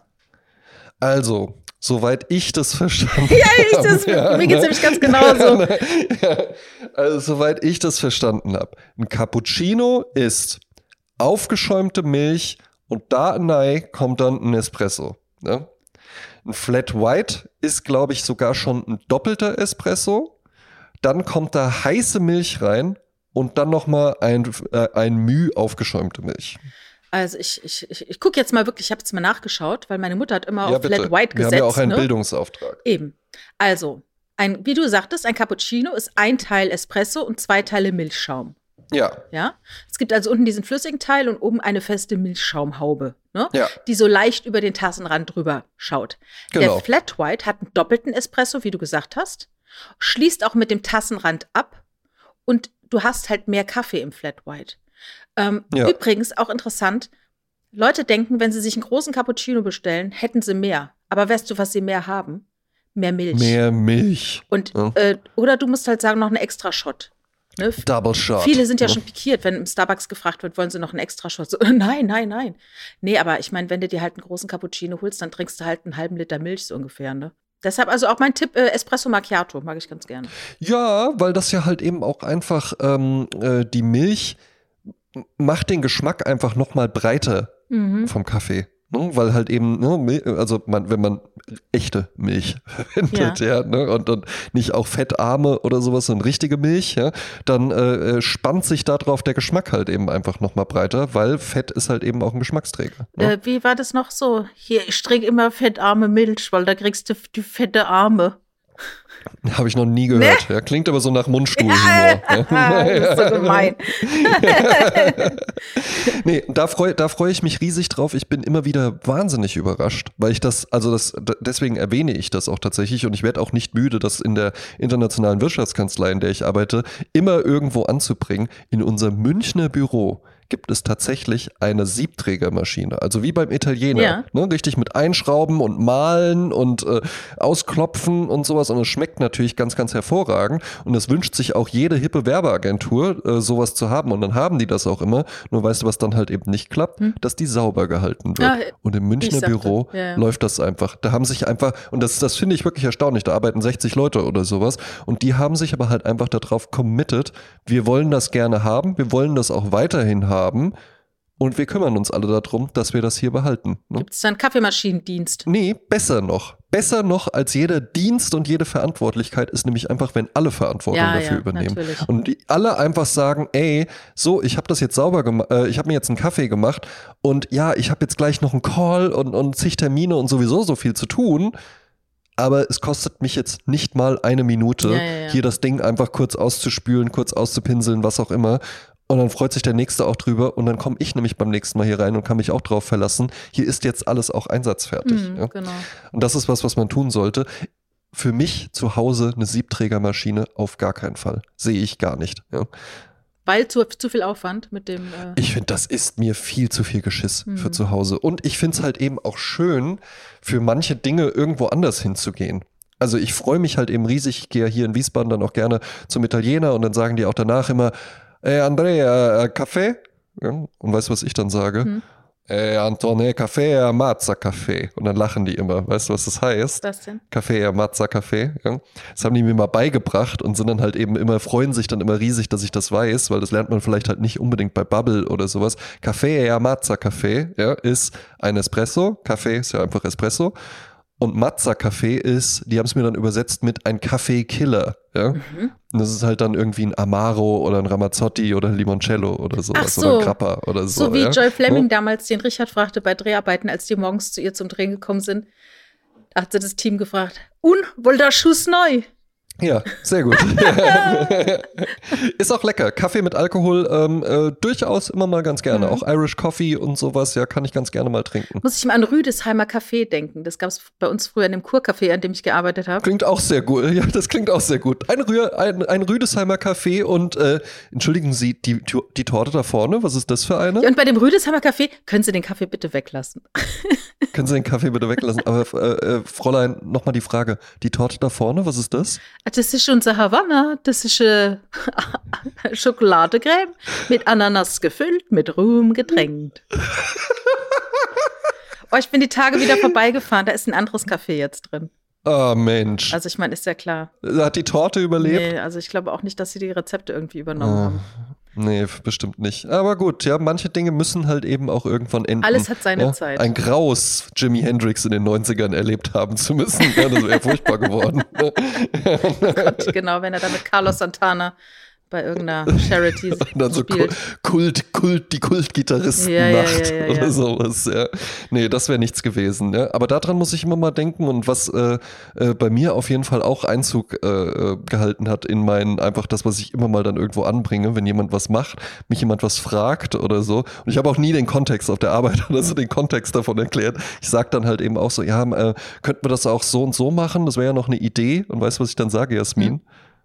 Also, soweit ich das verstanden ja, ich das, habe. Mir geht es nämlich ganz genauso. Ja, also, soweit ich das verstanden habe. Ein Cappuccino ist aufgeschäumte Milch und da rein kommt dann ein Espresso. Ne? Ein Flat White ist, glaube ich, sogar schon ein doppelter Espresso. Dann kommt da heiße Milch rein und dann nochmal ein, äh, ein Müh aufgeschäumte Milch. Also ich, ich, ich, ich gucke jetzt mal wirklich, ich habe jetzt mal nachgeschaut, weil meine Mutter hat immer ja, auf bitte. Flat White gesetzt. Wir haben ja auch einen ne? Bildungsauftrag. Eben. Also, ein, wie du sagtest, ein Cappuccino ist ein Teil Espresso und zwei Teile Milchschaum. Ja. Ja. Es gibt also unten diesen flüssigen Teil und oben eine feste Milchschaumhaube, ne? Ja. Die so leicht über den Tassenrand drüber schaut. Genau. Der Flat White hat einen doppelten Espresso, wie du gesagt hast, schließt auch mit dem Tassenrand ab und du hast halt mehr Kaffee im Flat White. Ähm, ja. Übrigens, auch interessant, Leute denken, wenn sie sich einen großen Cappuccino bestellen, hätten sie mehr. Aber weißt du, was sie mehr haben? Mehr Milch. Mehr Milch. Und, ja. äh, oder du musst halt sagen, noch einen extra Shot. Ne? Double Shot. Viele sind ja, ja schon pikiert, wenn im Starbucks gefragt wird, wollen sie noch einen extra Shot? So, nein, nein, nein. Nee, aber ich meine, wenn du dir halt einen großen Cappuccino holst, dann trinkst du halt einen halben Liter Milch so ungefähr, ne? Deshalb also auch mein Tipp, äh, Espresso Macchiato, mag ich ganz gerne. Ja, weil das ja halt eben auch einfach ähm, äh, die Milch macht den Geschmack einfach noch mal breiter mhm. vom Kaffee. Ne? Weil halt eben, ne, also man, wenn man echte Milch verwendet, ja, ja ne? und, und nicht auch fettarme oder sowas, sondern richtige Milch, ja, dann äh, spannt sich darauf der Geschmack halt eben einfach noch mal breiter, weil Fett ist halt eben auch ein Geschmacksträger. Ne? Äh, wie war das noch so? Hier, ich trinke immer fettarme Milch, weil da kriegst du die fette Arme. Habe ich noch nie gehört. Ne? Ja, klingt aber so nach Mundstuhlhumor. Ja, das ist so gemein. Nee, da freue da freu ich mich riesig drauf. Ich bin immer wieder wahnsinnig überrascht, weil ich das, also das, deswegen erwähne ich das auch tatsächlich und ich werde auch nicht müde, das in der internationalen Wirtschaftskanzlei, in der ich arbeite, immer irgendwo anzubringen. In unserem Münchner Büro gibt es tatsächlich eine Siebträgermaschine, also wie beim Italiener, ja. ne, richtig mit Einschrauben und Mahlen und äh, Ausklopfen und sowas und es schmeckt natürlich ganz, ganz hervorragend und es wünscht sich auch jede hippe Werbeagentur, äh, sowas zu haben und dann haben die das auch immer, nur weißt du, was dann halt eben nicht klappt, hm. dass die sauber gehalten wird. Ja, und im Münchner Büro ja, ja. läuft das einfach, da haben sich einfach, und das, das finde ich wirklich erstaunlich, da arbeiten sechzig Leute oder sowas und die haben sich aber halt einfach darauf committed, wir wollen das gerne haben, wir wollen das auch weiterhin haben. Haben. und wir kümmern uns alle darum, dass wir das hier behalten. Ne? Gibt es da einen Kaffeemaschinendienst? Nee, besser noch. Besser noch als jeder Dienst und jede Verantwortlichkeit ist nämlich einfach, wenn alle Verantwortung ja, dafür ja, übernehmen. Natürlich. Und die alle einfach sagen, ey, so, ich habe das jetzt sauber gemacht, äh, ich habe mir jetzt einen Kaffee gemacht und ja, ich habe jetzt gleich noch einen Call und, und zig Termine und sowieso so viel zu tun. Aber es kostet mich jetzt nicht mal eine Minute, ja, ja, ja. hier das Ding einfach kurz auszuspülen, kurz auszupinseln, was auch immer. Und dann freut sich der Nächste auch drüber und dann komme ich nämlich beim nächsten Mal hier rein und kann mich auch drauf verlassen. Hier ist jetzt alles auch einsatzfertig. Mhm, ja? Genau. Und das ist was, was man tun sollte. Für mich zu Hause eine Siebträgermaschine auf gar keinen Fall. Sehe ich gar nicht. Ja? Weil zu, zu viel Aufwand mit dem. Äh ich finde, das ist mir viel zu viel Geschiss mhm. für zu Hause. Und ich finde es halt eben auch schön, für manche Dinge irgendwo anders hinzugehen. Also ich freue mich halt eben riesig. Ich gehe hier in Wiesbaden dann auch gerne zum Italiener und dann sagen die auch danach immer, ey, Andrea, äh, Kaffee? Ja, und weißt du, was ich dann sage? Hm. Ey, Antone, Kaffee, Mazza, Kaffee. Und dann lachen die immer. Weißt du, was das heißt? Was denn? Kaffee, Mazza, Kaffee. Ja. Das haben die mir mal beigebracht und sind dann halt eben immer, freuen sich dann immer riesig, dass ich das weiß, weil das lernt man vielleicht halt nicht unbedingt bei Bubble oder sowas. Kaffee, Mazza, Kaffee, ja, ist ein Espresso. Kaffee ist ja einfach Espresso. Und Mazza-Kaffee ist, die haben es mir dann übersetzt mit ein Kaffee-Killer. Ja? Mhm. Und das ist halt dann irgendwie ein Amaro oder ein Ramazzotti oder ein Limoncello oder sowas. So. Oder ein Grappa oder so. So wie ja? Joy Fleming ja? damals den Richard fragte bei Dreharbeiten, als die morgens zu ihr zum Drehen gekommen sind. Da hat sie das Team gefragt, und, wollt ihr Schuss neu? Ja, sehr gut. Ist auch lecker. Kaffee mit Alkohol ähm, äh, durchaus immer mal ganz gerne. Mhm. Auch Irish Coffee und sowas, ja, kann ich ganz gerne mal trinken. Muss ich mal an Rüdesheimer Kaffee denken. Das gab es bei uns früher in dem Kurcafé, an dem ich gearbeitet habe. Klingt auch sehr gut. Ja, das klingt auch sehr gut. Ein, Rühr, ein, ein Rüdesheimer Kaffee und äh, entschuldigen Sie, die, die Torte da vorne, was ist das für eine? Ja, und bei dem Rüdesheimer Kaffee können Sie den Kaffee bitte weglassen. Können Sie den Kaffee bitte weglassen? Aber äh, äh, Fräulein, nochmal die Frage. Die Torte da vorne, was ist das? Das ist unser Havanna. Das ist äh, Schokoladecreme mit Ananas gefüllt, mit Rum getränkt. Oh, ich bin die Tage wieder vorbeigefahren. Da ist ein anderes Kaffee jetzt drin. Oh, Mensch. Also ich meine, ist ja klar. Hat die Torte überlebt? Nee, also ich glaube auch nicht, dass sie die Rezepte irgendwie übernommen oh. haben. Nee, bestimmt nicht. Aber gut, ja, manche Dinge müssen halt eben auch irgendwann enden. Alles hat seine ja? Zeit. Ein Graus Jimi Hendrix in den neunzigern erlebt haben zu müssen. Ja, das wäre furchtbar geworden. Oh Gott, genau, wenn er da mit Carlos Santana bei irgendeiner Charity und dann so spielt. Kult, Kult, die Kultgitarristen ja, ja, macht ja, ja, ja. oder sowas. Ja. Nee, das wäre nichts gewesen. Ja. Aber daran muss ich immer mal denken und was äh, äh, bei mir auf jeden Fall auch Einzug äh, gehalten hat in mein, einfach das, was ich immer mal dann irgendwo anbringe, wenn jemand was macht, mich jemand was fragt oder so. Und ich habe auch nie den Kontext auf der Arbeit oder so den Kontext davon erklärt. Ich sage dann halt eben auch so, ja, äh, könnten wir das auch so und so machen? Das wäre ja noch eine Idee. Und weißt du, was ich dann sage, Jasmin? Hm.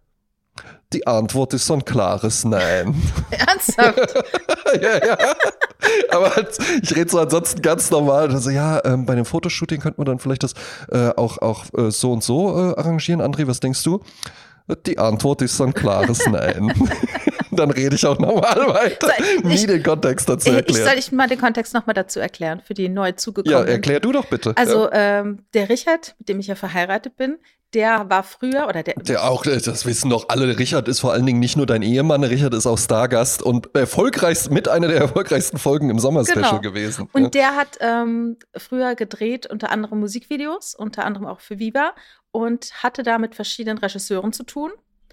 Die Antwort ist so ein klares Nein. Ernsthaft? ja, ja. Aber halt, ich rede so ansonsten ganz normal. Also, ja, ähm, bei dem Fotoshooting könnte man dann vielleicht das äh, auch, auch äh, so und so äh, arrangieren. André, was denkst du? Die Antwort ist so ein klares Nein. Dann rede ich auch normal weiter. Ich, Nie den Kontext dazu erklären. Ich soll ich mal den Kontext nochmal dazu erklären, für die neu zugekommenen. Ja, erklär du doch bitte. Also ja. ähm, der Richard, mit dem ich ja verheiratet bin, der war früher, oder der... Der auch, das wissen doch alle, Richard ist vor allen Dingen nicht nur dein Ehemann, Richard ist auch Stargast und erfolgreichst, mit einer der erfolgreichsten Folgen im Sommerspecial genau. gewesen. Und ja. der hat ähm, früher gedreht, unter anderem Musikvideos, unter anderem auch für Viva und hatte da mit verschiedenen Regisseuren zu tun.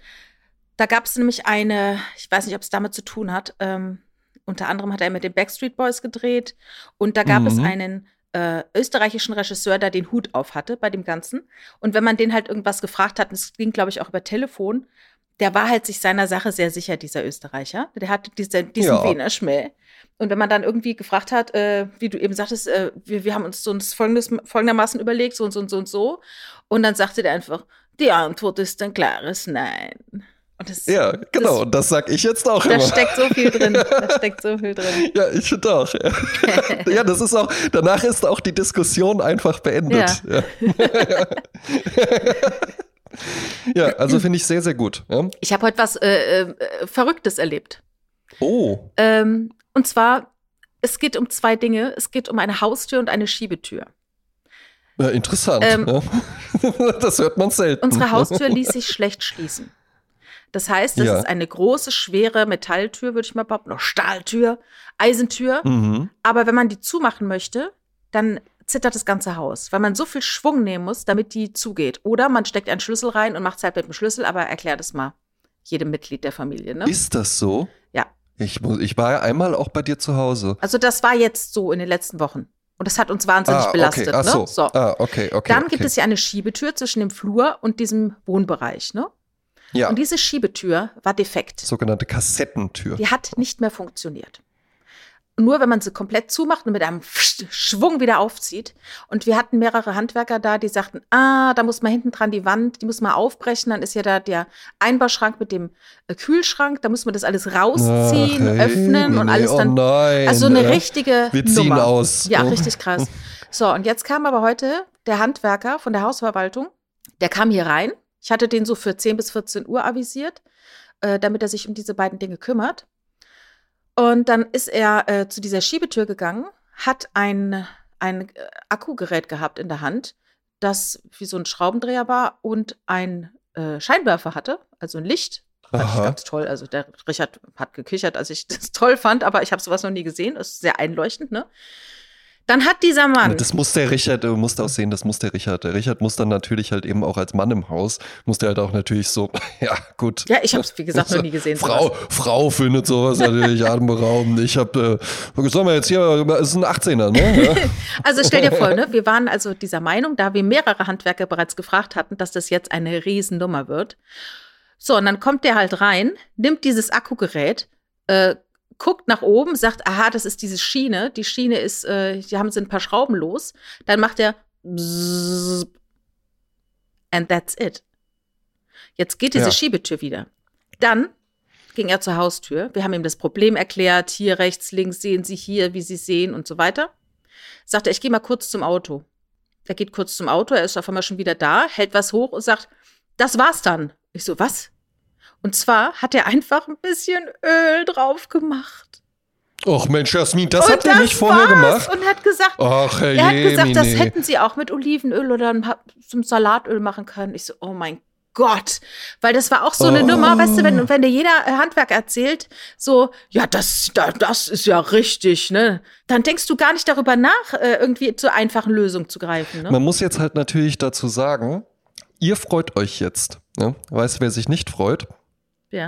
Da gab es nämlich eine, ich weiß nicht, ob es damit zu tun hat, ähm, unter anderem hat er mit den Backstreet Boys gedreht und da gab mhm. es einen äh, österreichischen Regisseur, der den Hut auf hatte bei dem Ganzen. Und wenn man den halt irgendwas gefragt hat, das ging, glaube ich, auch über Telefon, der war halt sich seiner Sache sehr sicher, dieser Österreicher. Der hatte diese, diesen ja. Wiener Schmäh. Und wenn man dann irgendwie gefragt hat, äh, wie du eben sagtest, äh, wir, wir haben uns so folgendes, folgendermaßen überlegt, so und so und so und so. Und dann sagte der einfach, die Antwort ist ein klares Nein. Und das, ja, genau, und das, das sag ich jetzt auch da immer. Da steckt so viel drin, da steckt so viel drin. Ja, ich finde auch. Ja. ja, das ist auch, danach ist auch die Diskussion einfach beendet. Ja, ja. ja also finde ich sehr, sehr gut. Ja. Ich habe heute was äh, äh, Verrücktes erlebt. Oh. Ähm, und zwar, es geht um zwei Dinge. Es geht um eine Haustür und eine Schiebetür. Ja, interessant. Ähm, ja. Das hört man selten. Unsere Haustür ließ sich schlecht schließen. Das heißt, das Ja. ist eine große, schwere Metalltür, würde ich mal behaupten, noch Stahltür, Eisentür. Mhm. Aber wenn man die zumachen möchte, dann zittert das ganze Haus, weil man so viel Schwung nehmen muss, damit die zugeht. Oder man steckt einen Schlüssel rein und macht es halt mit dem Schlüssel, aber erklär das mal jedem Mitglied der Familie, ne? Ist das so? Ja. Ich, muss, ich war ja einmal auch bei dir zu Hause. Also das war jetzt so in den letzten Wochen. Und das hat uns wahnsinnig Ah, okay. belastet. Ach so. Ne? so. Ah, okay, okay. Dann okay. gibt es ja eine Schiebetür zwischen dem Flur und diesem Wohnbereich, ne? Ja. Und diese Schiebetür war defekt. Sogenannte Kassettentür. Die hat nicht mehr funktioniert. Nur wenn man sie komplett zumacht und mit einem Schwung wieder aufzieht. Und wir hatten mehrere Handwerker da, die sagten, ah, da muss man hinten dran die Wand, die muss man aufbrechen. Dann ist ja da der Einbauschrank mit dem äh, Kühlschrank. Da muss man das alles rausziehen, Ach, hey, öffnen nee, und alles oh dann. nein, Also eine äh, richtige Wir ziehen Nummer. aus. Ja, Oh. richtig krass. So, und jetzt kam aber heute der Handwerker von der Hausverwaltung. Der kam hier rein. Ich hatte den so für zehn bis vierzehn Uhr avisiert, äh, damit er sich um diese beiden Dinge kümmert. Und dann ist er äh, zu dieser Schiebetür gegangen, hat ein, ein äh, Akkugerät gehabt in der Hand, das wie so ein Schraubendreher war und ein äh, Scheinwerfer hatte, also ein Licht. Fand ich Aha. ganz toll. Also der Richard hat gekichert, als ich das toll fand, aber ich habe sowas noch nie gesehen. Das ist sehr einleuchtend, ne? Dann hat dieser Mann. Das muss der Richard, du musst auch sehen, das muss der Richard. Der Richard muss dann natürlich halt eben auch als Mann im Haus, muss der halt auch natürlich so, ja gut. Ja, ich habe es, wie gesagt, noch nie gesehen. Frau, sowas. Frau findet sowas natürlich atemberaubend. Ich habe, äh, was sollen wir jetzt hier, es ist ein achtzehner, ne? Ja. Also stell dir vor, ne, wir waren also dieser Meinung, da wir mehrere Handwerker bereits gefragt hatten, dass das jetzt eine Riesennummer wird. So, und dann kommt der halt rein, nimmt dieses Akkugerät, äh, guckt nach oben, sagt, aha, das ist diese Schiene. Die Schiene ist, äh, die haben sie ein paar Schrauben los. Dann macht er bzzz, and that's it. Jetzt geht diese Ja. Schiebetür wieder. Dann ging er zur Haustür. Wir haben ihm das Problem erklärt. Hier rechts, links, sehen Sie hier, wie Sie sehen und so weiter. Sagt er, ich gehe mal kurz zum Auto. Er geht kurz zum Auto, er ist auf einmal schon wieder da, hält was hoch und sagt, das war's dann. Ich so, was? Und zwar hat er einfach ein bisschen Öl drauf gemacht. Och Mensch, Jasmin, das und habt ihr das nicht vorher war's. gemacht? Und hat gesagt, Ach, Herr er hat gesagt, das Jemine. hätten sie auch mit Olivenöl oder ein paar- zum Salatöl machen können. Ich so, oh mein Gott. Weil das war auch so eine Oh. Nummer, weißt du, wenn, wenn dir jeder äh, Handwerker erzählt, so, ja, das, da, das ist ja richtig, ne? Dann denkst du gar nicht darüber nach, äh, irgendwie zur einfachen Lösung zu greifen, ne? Man muss jetzt halt natürlich dazu sagen, ihr freut euch jetzt. Ne? Weißt du, wer sich nicht freut? Ja.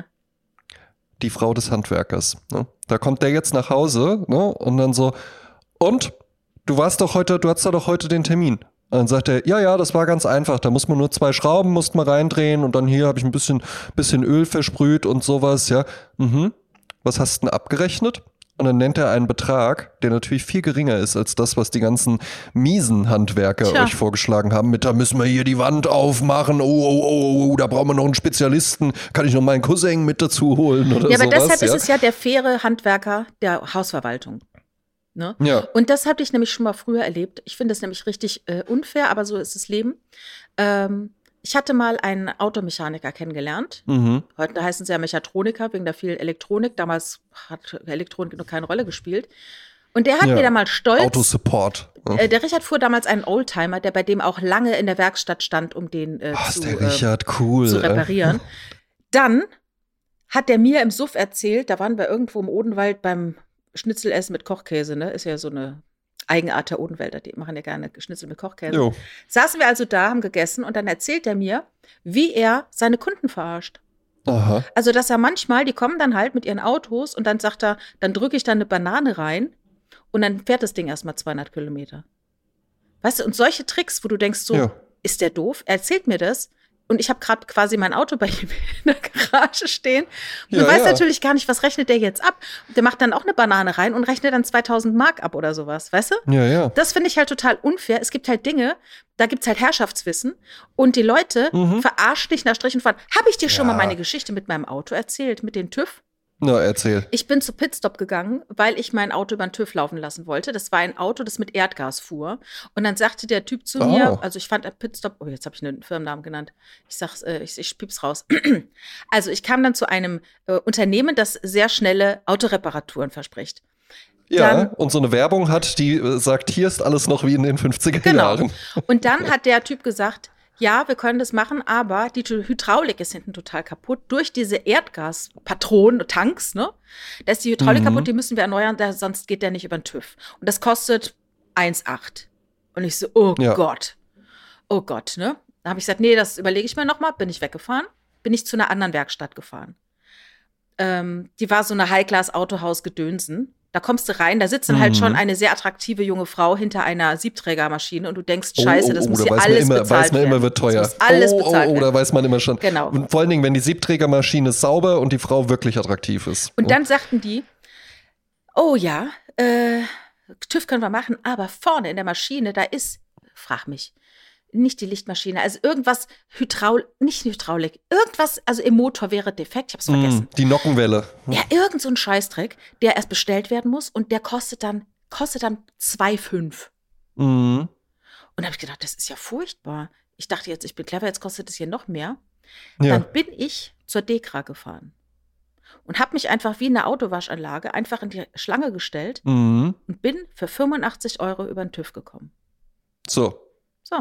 Die Frau des Handwerkers. Ne? Da kommt der jetzt nach Hause, ne? Und dann so, und? Du warst doch heute, du hattest da doch heute den Termin. Und dann sagt er, ja, ja, das war ganz einfach. Da muss man nur zwei Schrauben, musste man reindrehen und dann hier habe ich ein bisschen, bisschen Öl versprüht und sowas, ja. Mhm. Was hast du denn abgerechnet? Und dann nennt er einen Betrag, der natürlich viel geringer ist als das, was die ganzen miesen Handwerker Tja. euch vorgeschlagen haben. Mit, da müssen wir hier die Wand aufmachen. Oh, oh, oh, oh, da brauchen wir noch einen Spezialisten. Kann ich noch meinen Cousin mit dazu holen oder Ja, aber sowas? deshalb ja? ist es ja der faire Handwerker der Hausverwaltung. Ne? Ja. Und das hatte ich nämlich schon mal früher erlebt. Ich finde das nämlich richtig äh, unfair, aber so ist das Leben. Ähm, ich hatte mal einen Automechaniker kennengelernt. Mhm. Heute heißen sie ja Mechatroniker wegen der vielen Elektronik. Damals hat Elektronik noch keine Rolle gespielt. Und der hat Ja. mir da mal stolz. Autosupport. Ne? Äh, der Richard fuhr damals einen Oldtimer, der bei dem auch lange in der Werkstatt stand, um den äh, Oh, zu, ist der äh, Richard cool. zu ey. reparieren. Dann hat der mir im Suff erzählt, da waren wir irgendwo im Odenwald beim Schnitzelessen mit Kochkäse, ne? Ist ja so eine Eigenart der Odenwälder, die machen ja gerne Schnitzel mit Kochkäse. Jo. Saßen wir also da, haben gegessen und dann erzählt er mir, wie er seine Kunden verarscht. Aha. Also, dass er manchmal, die kommen dann halt mit ihren Autos und dann sagt er, dann drücke ich da eine Banane rein und dann fährt das Ding erstmal zweihundert Kilometer. Weißt du, und solche Tricks, wo du denkst so, Ja. ist der doof? Er erzählt mir das und ich habe gerade quasi mein Auto bei ihm in der Garage stehen. Und Ja, du weißt ja. natürlich gar nicht, was rechnet der jetzt ab? Der macht dann auch eine Banane rein und rechnet dann zweitausend Mark ab oder sowas, weißt du? Ja, ja. Das finde ich halt total unfair. Es gibt halt Dinge, da gibt es halt Herrschaftswissen und die Leute Mhm. verarschen dich nach Strich und Faden. Habe ich dir schon Ja. mal meine Geschichte mit meinem Auto erzählt, mit dem TÜV? Na, erzähl. Ich bin zu Pitstop gegangen, weil ich mein Auto über den TÜV laufen lassen wollte. Das war ein Auto, das mit Erdgas fuhr. Und dann sagte der Typ zu Oh. mir, also ich fand ein Pitstop, oh, jetzt habe ich einen Firmennamen genannt. Ich sag's, äh, ich, ich piep's raus. Also ich kam dann zu einem äh, Unternehmen, das sehr schnelle Autoreparaturen verspricht. Ja, Dann- und so eine Werbung hat, die äh, sagt, hier ist alles noch wie in den fünfziger Genau. Jahren. Und dann hat der Typ gesagt, ja, wir können das machen, aber die Hydraulik ist hinten total kaputt. Durch diese Erdgaspatronen, Tanks, ne? Da ist die Hydraulik mhm. kaputt, die müssen wir erneuern, da, sonst geht der nicht über den TÜV. Und das kostet eins Komma acht. Und ich so, oh ja. Gott. Oh Gott, ne? Da habe ich gesagt, nee, das überlege ich mir nochmal. Bin ich weggefahren. Bin ich zu einer anderen Werkstatt gefahren. Ähm, die war so eine High-Class-Autohaus-Gedönsen. Da kommst du rein, da sitzt dann mhm. halt schon eine sehr attraktive junge Frau hinter einer Siebträgermaschine und du denkst, scheiße, das oh, oh, muss hier da alles immer, bezahlt weiß man werden. Immer, wird teuer. Das muss alles oh, bezahlt oh, oh, werden. Da weiß man immer schon. Genau. Und vor allen Dingen, wenn die Siebträgermaschine sauber und die Frau wirklich attraktiv ist. Und dann sagten die, oh ja, äh, TÜV können wir machen, aber vorne in der Maschine, da ist, frag mich, nicht die Lichtmaschine, also irgendwas Hydraulik, nicht Hydraulik, irgendwas, also im Motor wäre defekt, ich hab's vergessen. Mm, die Nockenwelle. Ja, irgend so ein Scheißdreck, der erst bestellt werden muss und der kostet dann, kostet dann zwei Komma fünf. Mm. Und da habe ich gedacht, das ist ja furchtbar. Ich dachte jetzt, ich bin clever, jetzt kostet es hier noch mehr. Ja. Dann bin ich zur Dekra gefahren und habe mich einfach wie in einer Autowaschanlage einfach in die Schlange gestellt mm. und bin für fünfundachtzig Euro über den TÜV gekommen. So. So.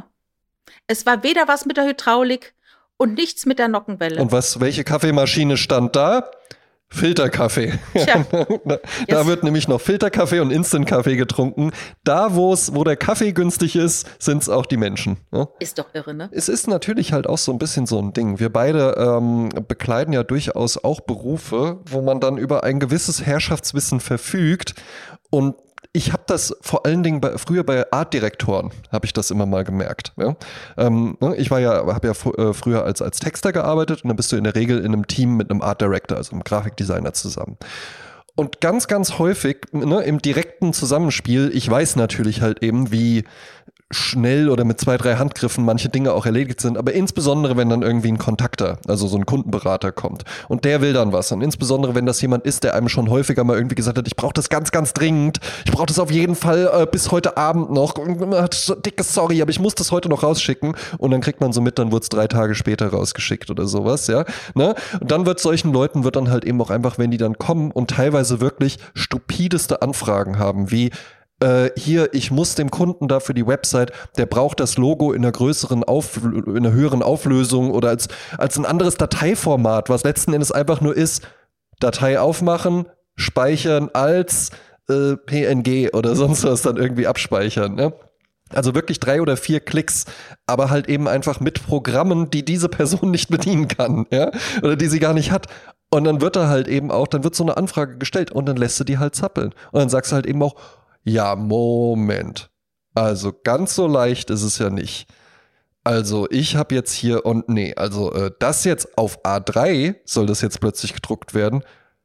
Es war weder was mit der Hydraulik und nichts mit der Nockenwelle. Und was, welche Kaffeemaschine stand da? Filterkaffee. Tja. da da wird nämlich noch Filterkaffee und Instant-Kaffee getrunken. Da, wo's, wo der Kaffee günstig ist, sind es auch die Menschen. Ja? Ist doch irre, ne? Es ist natürlich halt auch so ein bisschen so ein Ding. Wir beide ähm, bekleiden ja durchaus auch Berufe, wo man dann über ein gewisses Herrschaftswissen verfügt. Und ich habe das vor allen Dingen bei, früher bei Artdirektoren, habe ich das immer mal gemerkt. Ja? Ähm, ich war ja, habe ja f- äh, früher als, als Texter gearbeitet und dann bist du in der Regel in einem Team mit einem Art Director, also einem Grafikdesigner zusammen. Und ganz, ganz häufig ne, im direkten Zusammenspiel, ich weiß natürlich halt eben, wie schnell oder mit zwei, drei Handgriffen manche Dinge auch erledigt sind, aber insbesondere, wenn dann irgendwie ein Kontakter, also so ein Kundenberater kommt und der will dann was und insbesondere, wenn das jemand ist, der einem schon häufiger mal irgendwie gesagt hat, ich brauche das ganz, ganz dringend, ich brauche das auf jeden Fall äh, bis heute Abend noch, dickes Sorry, aber ich muss das heute noch rausschicken und dann kriegt man so mit, dann wird es drei Tage später rausgeschickt oder sowas, ja, ne? Und dann wird solchen Leuten, wird dann halt eben auch einfach, wenn die dann kommen und teilweise wirklich stupideste Anfragen haben, wie Äh, hier, ich muss dem Kunden da für die Website, der braucht das Logo in einer größeren, Auf, in einer höheren Auflösung oder als, als ein anderes Dateiformat, was letzten Endes einfach nur ist, Datei aufmachen, speichern als äh, P N G oder sonst was dann irgendwie abspeichern, ne? Also wirklich drei oder vier Klicks, aber halt eben einfach mit Programmen, die diese Person nicht bedienen kann, ja, oder die sie gar nicht hat. Und dann wird da halt eben auch, dann wird so eine Anfrage gestellt und dann lässt du die halt zappeln. Und dann sagst du halt eben auch, ja, Moment. Also ganz so leicht ist es ja nicht. Also ich habe jetzt hier und nee, also äh, das jetzt auf A drei soll das jetzt plötzlich gedruckt werden.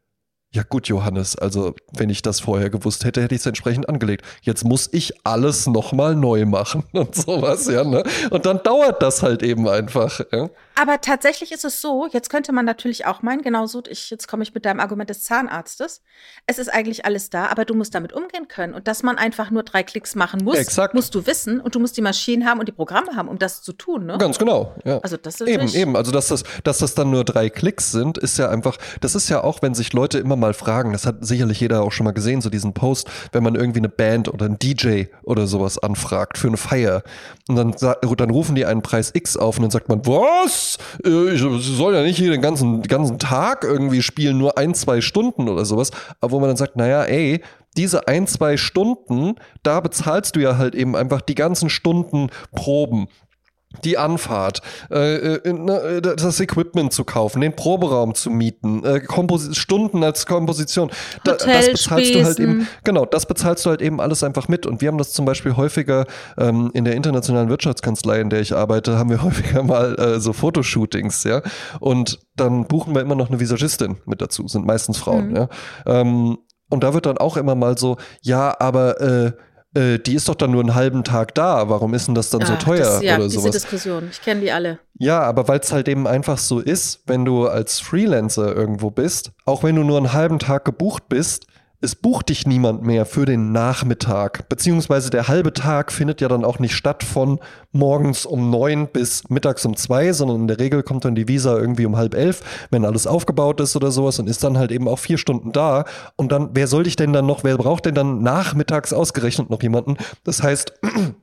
Ja gut, Johannes, also wenn ich das vorher gewusst hätte, hätte ich es entsprechend angelegt. Jetzt muss ich alles nochmal neu machen und sowas, ja, ne? Und dann dauert das halt eben einfach, ja. Aber tatsächlich ist es so, jetzt könnte man natürlich auch meinen, genauso, ich, jetzt komme ich mit deinem Argument des Zahnarztes, es ist eigentlich alles da, aber du musst damit umgehen können. Und dass man einfach nur drei Klicks machen muss, Exakt. musst du wissen. Und du musst die Maschinen haben und die Programme haben, um das zu tun, ne? Ganz genau, ja. Also das ist eben, eben. Also dass das, dass das dann nur drei Klicks sind, ist ja einfach, das ist ja auch, wenn sich Leute immer mal fragen, das hat sicherlich jeder auch schon mal gesehen, so diesen Post, wenn man irgendwie eine Band oder einen D J oder sowas anfragt für eine Feier und dann, dann rufen die einen Preis X auf und dann sagt man, was? Ich soll ja nicht hier den ganzen, ganzen Tag irgendwie spielen, nur ein, zwei Stunden oder sowas, aber wo man dann sagt, naja, ey, diese ein, zwei Stunden, da bezahlst du ja halt eben einfach die ganzen Stunden Proben. Die Anfahrt, äh, äh, das Equipment zu kaufen, den Proberaum zu mieten, äh, Kompos- Stunden als Komposition, da, das bezahlst du halt eben, genau, das bezahlst du halt eben alles einfach mit. Und wir haben das zum Beispiel häufiger ähm, in der internationalen Wirtschaftskanzlei, in der ich arbeite, haben wir häufiger mal äh, so Fotoshootings, ja. Und dann buchen wir immer noch eine Visagistin mit dazu, sind meistens Frauen, mhm. ja. Ähm, und da wird dann auch immer mal so, ja, aber äh, Äh, die ist doch dann nur einen halben Tag da. Warum ist denn das dann ah, so teuer das, ja, oder diese sowas? Diskussion, ich kenne die alle. Ja, aber weil es halt eben einfach so ist, wenn du als Freelancer irgendwo bist, auch wenn du nur einen halben Tag gebucht bist, es bucht dich niemand mehr für den Nachmittag, beziehungsweise der halbe Tag findet ja dann auch nicht statt von morgens um neun bis mittags um zwei, sondern in der Regel kommt dann die Visa irgendwie um halb elf, wenn alles aufgebaut ist oder sowas und ist dann halt eben auch vier Stunden da und dann, wer soll dich denn dann noch, wer braucht denn dann nachmittags ausgerechnet noch jemanden? Das heißt,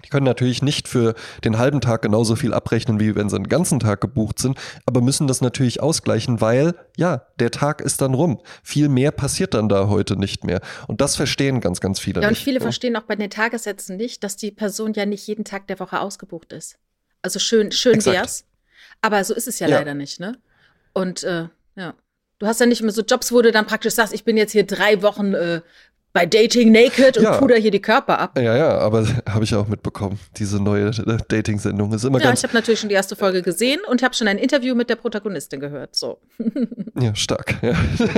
Die können natürlich nicht für den halben Tag genauso viel abrechnen, wie wenn sie den ganzen Tag gebucht sind, aber müssen das natürlich ausgleichen, weil, ja, der Tag ist dann rum. Viel mehr passiert dann da heute nicht mehr. Und das verstehen ganz, ganz viele nicht. Ja, und viele ne? verstehen auch bei den Tagessätzen nicht, dass die Person ja nicht jeden Tag der Woche ausgebucht ist. Also schön, schön Exakt. wär's. Aber so ist es ja, ja. leider nicht, ne? Und, äh, ja. Du hast ja nicht mehr so Jobs, wo du dann praktisch sagst, ich bin jetzt hier drei Wochen äh, bei Dating Naked und ja. puder hier die Körper ab. Ja, ja, aber habe ich ja auch mitbekommen. Diese neue Dating-Sendung ist immer ja, ganz... Ja, ich habe natürlich schon die erste Folge gesehen und habe schon ein Interview mit der Protagonistin gehört. So. Ja, stark. Ja.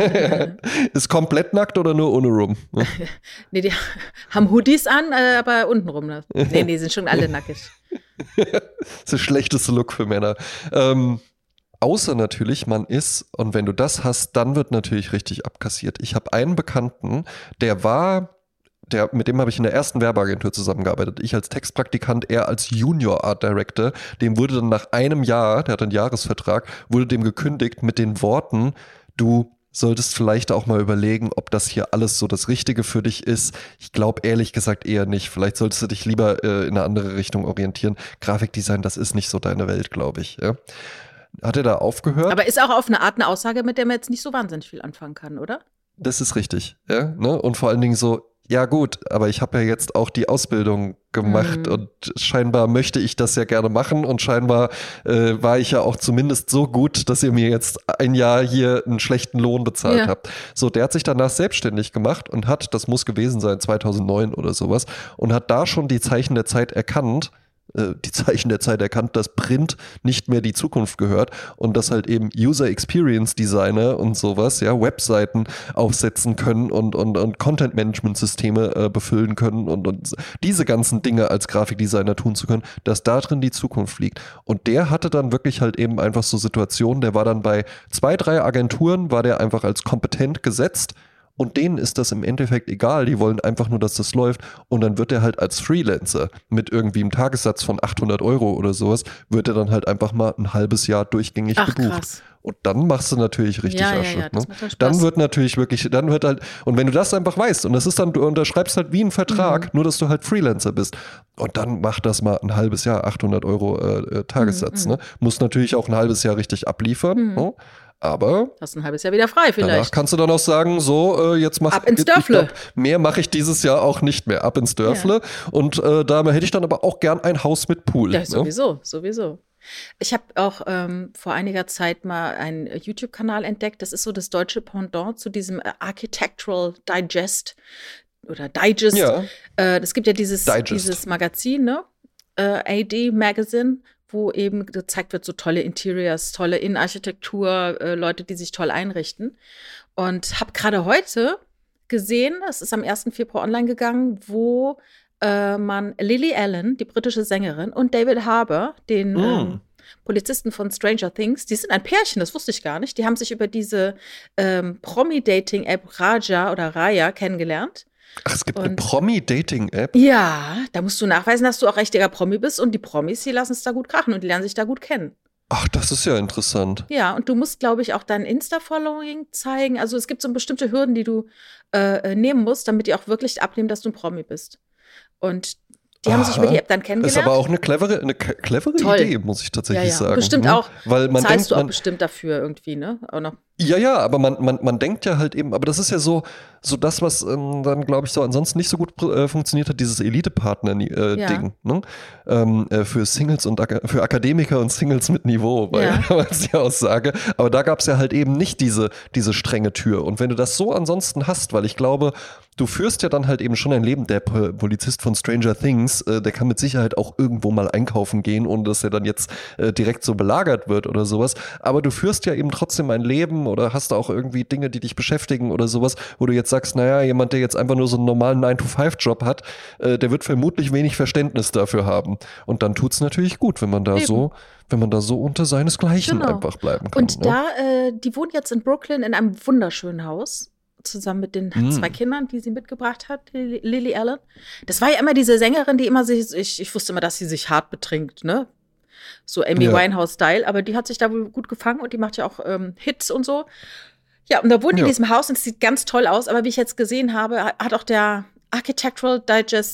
Ist komplett nackt oder nur ohne Rum? Nee, die haben Hoodies an, aber untenrum. Ne? Nee, nee, sind schon alle nackig. Das ist der schlechteste Look für Männer. Ähm, Außer natürlich, man ist, und wenn du das hast, dann wird natürlich richtig abkassiert. Ich habe einen Bekannten, der war, der, mit dem habe ich in der ersten Werbeagentur zusammengearbeitet. Ich als Textpraktikant, er als Junior Art Director. Dem wurde dann nach einem Jahr, der hat einen Jahresvertrag, wurde dem gekündigt mit den Worten, du solltest vielleicht auch mal überlegen, ob das hier alles so das Richtige für dich ist. Ich glaube ehrlich gesagt eher nicht. Vielleicht solltest du dich lieber äh, in eine andere Richtung orientieren. Grafikdesign, das ist nicht so deine Welt, glaube ich. Ja. Hat er da aufgehört? Aber ist auch auf eine Art eine Aussage, mit der man jetzt nicht so wahnsinnig viel anfangen kann, oder? Das ist richtig, ja. Ne? Und vor allen Dingen so, ja gut, aber ich habe ja jetzt auch die Ausbildung gemacht mhm. und scheinbar möchte ich das ja gerne machen und scheinbar äh, war ich ja auch zumindest so gut, dass ihr mir jetzt ein Jahr hier einen schlechten Lohn bezahlt ja. habt. So, der hat sich danach selbstständig gemacht und hat, das muss gewesen sein, zweitausendneun oder sowas, und hat da schon die Zeichen der Zeit erkannt, die Zeichen der Zeit erkannt, dass Print nicht mehr die Zukunft gehört und dass halt eben User Experience Designer und sowas, ja, Webseiten aufsetzen können und, und, und Content-Management-Systeme äh, befüllen können und, und diese ganzen Dinge als Grafikdesigner tun zu können, dass da drin die Zukunft liegt. Und der hatte dann wirklich halt eben einfach so Situationen, der war dann bei zwei, drei Agenturen, war der einfach als kompetent gesetzt. Und denen ist das im Endeffekt egal, die wollen einfach nur, dass das läuft und dann wird er halt als Freelancer mit irgendwie einem Tagessatz von achthundert Euro oder sowas, wird er dann halt einfach mal ein halbes Jahr durchgängig Ach, gebucht. Krass. Und dann machst du natürlich richtig ja, Asche. Ja, ja, das ne? macht dann Spaß. Dann wird natürlich wirklich, dann wird halt, und wenn du das einfach weißt und das ist dann, du unterschreibst halt wie einen Vertrag, mhm. nur dass du halt Freelancer bist und dann mach das mal ein halbes Jahr, achthundert Euro äh, Tagessatz. Mhm. Ne? Musst natürlich auch ein halbes Jahr richtig abliefern, mhm. ne? Aber hast ein halbes Jahr wieder frei vielleicht. Danach kannst du dann auch sagen, so, äh, jetzt mach ab ins Dörfle. Ich glaub, mehr mache ich dieses Jahr auch nicht mehr. Ab ins Dörfle. Ja. Und äh, da hätte ich dann aber auch gern ein Haus mit Pool. Ja, ne? sowieso, sowieso. Ich habe auch ähm, vor einiger Zeit mal einen YouTube-Kanal entdeckt. Das ist so das deutsche Pendant zu diesem äh, Architectural Digest oder Digest. Ja. Äh, es gibt ja dieses, dieses Magazin, ne? Äh, A D Magazine, wo eben gezeigt wird, so tolle Interiors, tolle Innenarchitektur, äh, Leute, die sich toll einrichten. Und habe gerade heute gesehen, es ist am ersten Februar online gegangen, wo äh, man Lily Allen, die britische Sängerin, und David Harbour, den mm. ähm, Polizisten von Stranger Things, die sind ein Pärchen, das wusste ich gar nicht. Die haben sich über diese ähm, Promi-Dating-App Raja oder Raya kennengelernt. Ach, es gibt und, eine Promi-Dating-App? Ja, da musst du nachweisen, dass du auch richtiger Promi bist und die Promis, die lassen es da gut krachen und die lernen sich da gut kennen. Ach, das ist ja interessant. Ja, und du musst, glaube ich, auch dein Insta-Following zeigen. Also es gibt so bestimmte Hürden, die du äh, nehmen musst, damit die auch wirklich abnehmen, dass du ein Promi bist. Und die haben Aha. sich über die App dann kennengelernt. Das ist aber auch eine clevere, eine clevere Idee, muss ich tatsächlich ja, ja. sagen. Bestimmt auch. Weil man zahlst denkt, du auch man, bestimmt dafür irgendwie, ne? Auch noch. Ja, ja, aber man, man, man denkt ja halt eben, aber das ist ja so, so das, was ähm, dann, glaube ich, so ansonsten nicht so gut äh, funktioniert hat, dieses Elite-Partner-Ding, äh, ja. ne? ähm, äh, für Singles und Ak- für Akademiker und Singles mit Niveau, weil ja. als die Aussage. Aber da gab es ja halt eben nicht diese, diese strenge Tür. Und wenn du das so ansonsten hast, weil ich glaube, du führst ja dann halt eben schon ein Leben, der P- Polizist von Stranger Things, äh, der kann mit Sicherheit auch irgendwo mal einkaufen gehen, ohne dass er dann jetzt äh, direkt so belagert wird oder sowas. Aber du führst ja eben trotzdem ein Leben oder hast du auch irgendwie Dinge, die dich beschäftigen oder sowas, wo du jetzt sagst, naja, jemand, der jetzt einfach nur so einen normalen nine to five Job hat, äh, der wird vermutlich wenig Verständnis dafür haben. Und dann tut's natürlich gut, wenn man da eben. so, wenn man da so unter seinesgleichen genau. einfach bleiben kann. Und ne? da, äh, die wohnt jetzt in Brooklyn in einem wunderschönen Haus, zusammen mit den mm. zwei Kindern, die sie mitgebracht hat, Lily Allen. Das war ja immer diese Sängerin, die immer sich, ich, ich wusste immer, dass sie sich hart betrinkt, ne? So Amy ja. Winehouse-Style, aber die hat sich da wohl gut gefangen und die macht ja auch ähm, Hits und so. Ja, und da wohnt die ja. in diesem Haus und es sieht ganz toll aus, aber wie ich jetzt gesehen habe, hat auch der Architectural Digest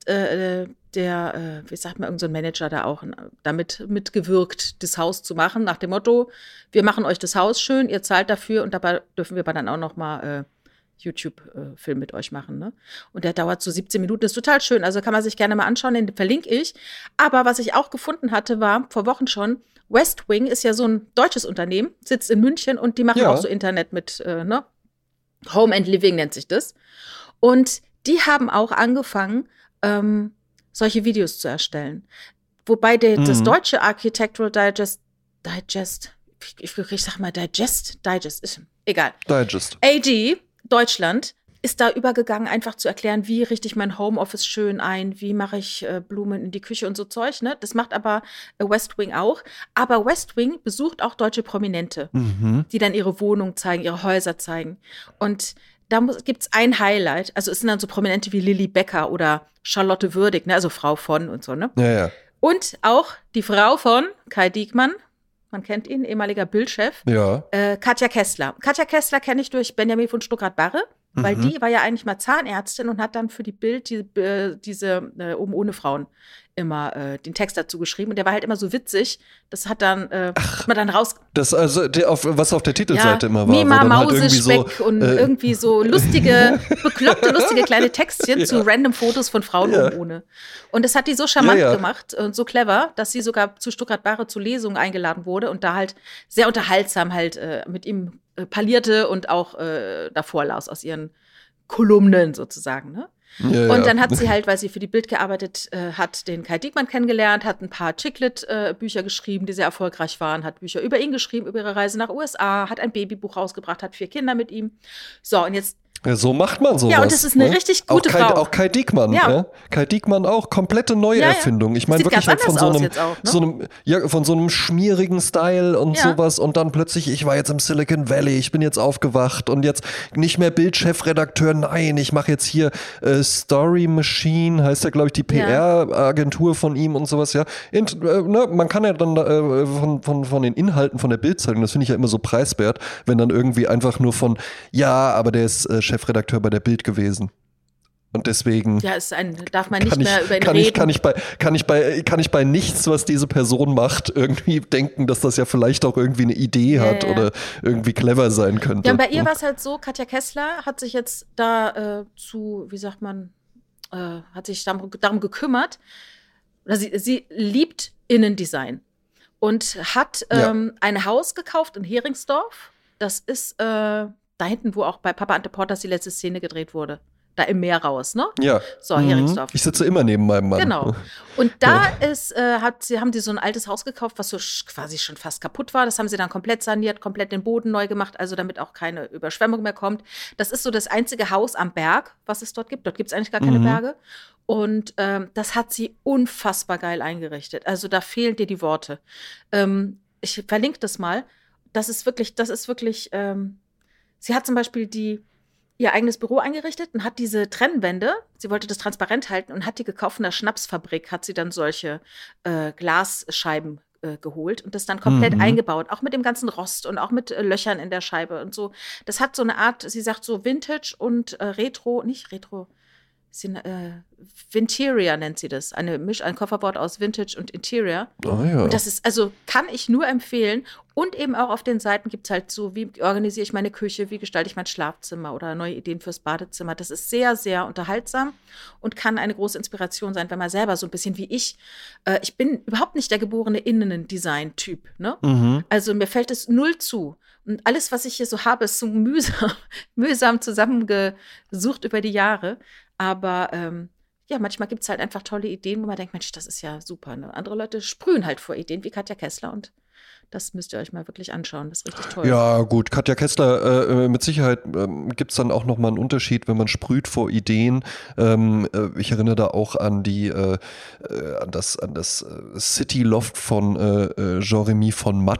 äh, der, äh, wie sagt man, irgendein so ein Manager da auch damit mitgewirkt, das Haus zu machen, nach dem Motto, wir machen euch das Haus schön, ihr zahlt dafür und dabei dürfen wir dann auch noch mal äh, YouTube-Film mit euch machen. Ne? Und der dauert so siebzehn Minuten, ist total schön, also kann man sich gerne mal anschauen, den verlinke ich. Aber was ich auch gefunden hatte, war vor Wochen schon, West Wing ist ja so ein deutsches Unternehmen, sitzt in München und die machen ja auch so Internet mit, äh, ne? Home and Living nennt sich das. Und die haben auch angefangen, ähm, solche Videos zu erstellen. Wobei der, mhm. das deutsche Architectural Digest, Digest, ich, ich sag mal Digest, Digest, ist egal. Digest. A D, Deutschland, ist da übergegangen, einfach zu erklären, wie richte ich mein Homeoffice schön ein, wie mache ich äh, Blumen in die Küche und so Zeug. Ne? Das macht aber äh, West Wing auch. Aber West Wing besucht auch deutsche Prominente, mhm. die dann ihre Wohnung zeigen, ihre Häuser zeigen. Und da gibt es ein Highlight. Also es sind dann so Prominente wie Lilly Becker oder Charlotte Würdig, ne? Also Frau von und so. Ne? Ja, ja. Und auch die Frau von Kai Diekmann, man kennt ihn, ehemaliger Bildchef, ja. äh, Katja Kessler. Katja Kessler kenne ich durch Benjamin von Stuckrad-Barre, mhm. weil die war ja eigentlich mal Zahnärztin und hat dann für die Bild die, äh, diese äh, Oben ohne Frauen immer äh, den Text dazu geschrieben. Und der war halt immer so witzig. Das hat dann äh, Ach, hat man dann raus. Das also der auf, was auf der Titelseite ja, immer war. Mima, wo dann Mause, halt irgendwie Speck so, und äh, irgendwie so lustige, bekloppte, lustige kleine Textchen ja. zu random Fotos von Frauen ja. oben ohne. Und das hat die so charmant ja, ja. gemacht und so clever, dass sie sogar zu Stuckrad-Barre zu Lesungen eingeladen wurde und da halt sehr unterhaltsam halt äh, mit ihm äh, parlierte und auch äh, davor las aus ihren Kolumnen sozusagen, ne? Ja, und dann ja. hat sie halt, weil sie für die Bild gearbeitet äh, hat, den Kai Diekmann kennengelernt, hat ein paar Chiclet-Bücher äh, geschrieben, die sehr erfolgreich waren, hat Bücher über ihn geschrieben, über ihre Reise nach U S A, hat ein Babybuch rausgebracht, hat vier Kinder mit ihm. So, und jetzt Ja, so macht man sowas. Ja, und das ist eine ne? richtig gute auch Kai, Frau. Auch Kai Diekmann, ja. ja. Kai Diekmann auch, komplette Neuerfindung. Ja, ja. Ich meine Sieht wirklich ganz halt von so anders einem, aus jetzt auch, ne? so einem, ja, von so einem schmierigen Style und Ja. sowas und dann plötzlich, ich war jetzt im Silicon Valley, ich bin jetzt aufgewacht und jetzt nicht mehr Bildchefredakteur, nein, ich mache jetzt hier äh, Story Machine, heißt ja, glaube ich, die P R-Agentur von ihm und sowas, ja. Int, äh, ne, man kann ja dann äh, von, von, von den Inhalten von der Bildzeitung, das finde ich ja immer so preiswert, wenn dann irgendwie einfach nur von, ja, aber der ist äh, Chefredakteur bei der Bild gewesen. Und deswegen Ja, ist ein, darf man nicht ich, mehr über ihn kann reden. Ich, kann, ich bei, kann, ich bei, kann ich bei nichts, was diese Person macht, irgendwie denken, dass das ja vielleicht auch irgendwie eine Idee ja, hat ja. oder irgendwie clever sein könnte. Ja, und bei ihr war es halt so, Katja Kessler hat sich jetzt da äh, zu, wie sagt man, äh, hat sich darum, darum gekümmert, oder sie, sie liebt Innendesign und hat ähm, ja. ein Haus gekauft in Heringsdorf. Das ist äh, da hinten, wo auch bei Papa Ante Portas die letzte Szene gedreht wurde. Da im Meer raus, ne? Ja. So, Heringsdorf. Ich sitze immer neben meinem Mann. Genau. Und da ja. ist, äh, hat sie, haben die so ein altes Haus gekauft, was so quasi schon fast kaputt war. Das haben sie dann komplett saniert, komplett den Boden neu gemacht, also damit auch keine Überschwemmung mehr kommt. Das ist so das einzige Haus am Berg, was es dort gibt. Dort gibt es eigentlich gar keine mhm. Berge. Und ähm, das hat sie unfassbar geil eingerichtet. Also da fehlen dir die Worte. Ähm, ich verlinke das mal. Das ist wirklich, das ist wirklich, ähm, sie hat zum Beispiel die, ihr eigenes Büro eingerichtet und hat diese Trennwände, sie wollte das transparent halten und hat die gekauft in der Schnapsfabrik, hat sie dann solche äh, Glasscheiben äh, geholt und das dann komplett mhm. eingebaut, auch mit dem ganzen Rost und auch mit äh, Löchern in der Scheibe und so. Das hat so eine Art, sie sagt so Vintage und äh, Retro, nicht Retro, sind, äh, Vinteria nennt sie das. Eine Misch, ein Kofferwort aus Vintage und Interior. Oh ja. Und das ist, also kann ich nur empfehlen. Und eben auch auf den Seiten gibt es halt so, wie organisiere ich meine Küche, wie gestalte ich mein Schlafzimmer oder neue Ideen fürs Badezimmer. Das ist sehr, sehr unterhaltsam und kann eine große Inspiration sein, wenn man selber so ein bisschen wie ich, äh, ich bin überhaupt nicht der geborene Innendesign-Typ. Ne? Mhm. Also mir fällt es null zu. Und alles, was ich hier so habe, ist so mühsam, mühsam zusammengesucht über die Jahre. Aber ähm, ja, manchmal gibt es halt einfach tolle Ideen, wo man denkt, Mensch, das ist ja super. Ne? Andere Leute sprühen halt vor Ideen wie Katja Kessler und das müsst ihr euch mal wirklich anschauen. Das ist richtig toll. Ja, gut. Katja Kessler, äh, mit Sicherheit äh, gibt es dann auch nochmal einen Unterschied, wenn man sprüht vor Ideen. Ähm, äh, ich erinnere da auch an die, äh, äh, an das, an das City Loft von äh, Jean-Remy von Matt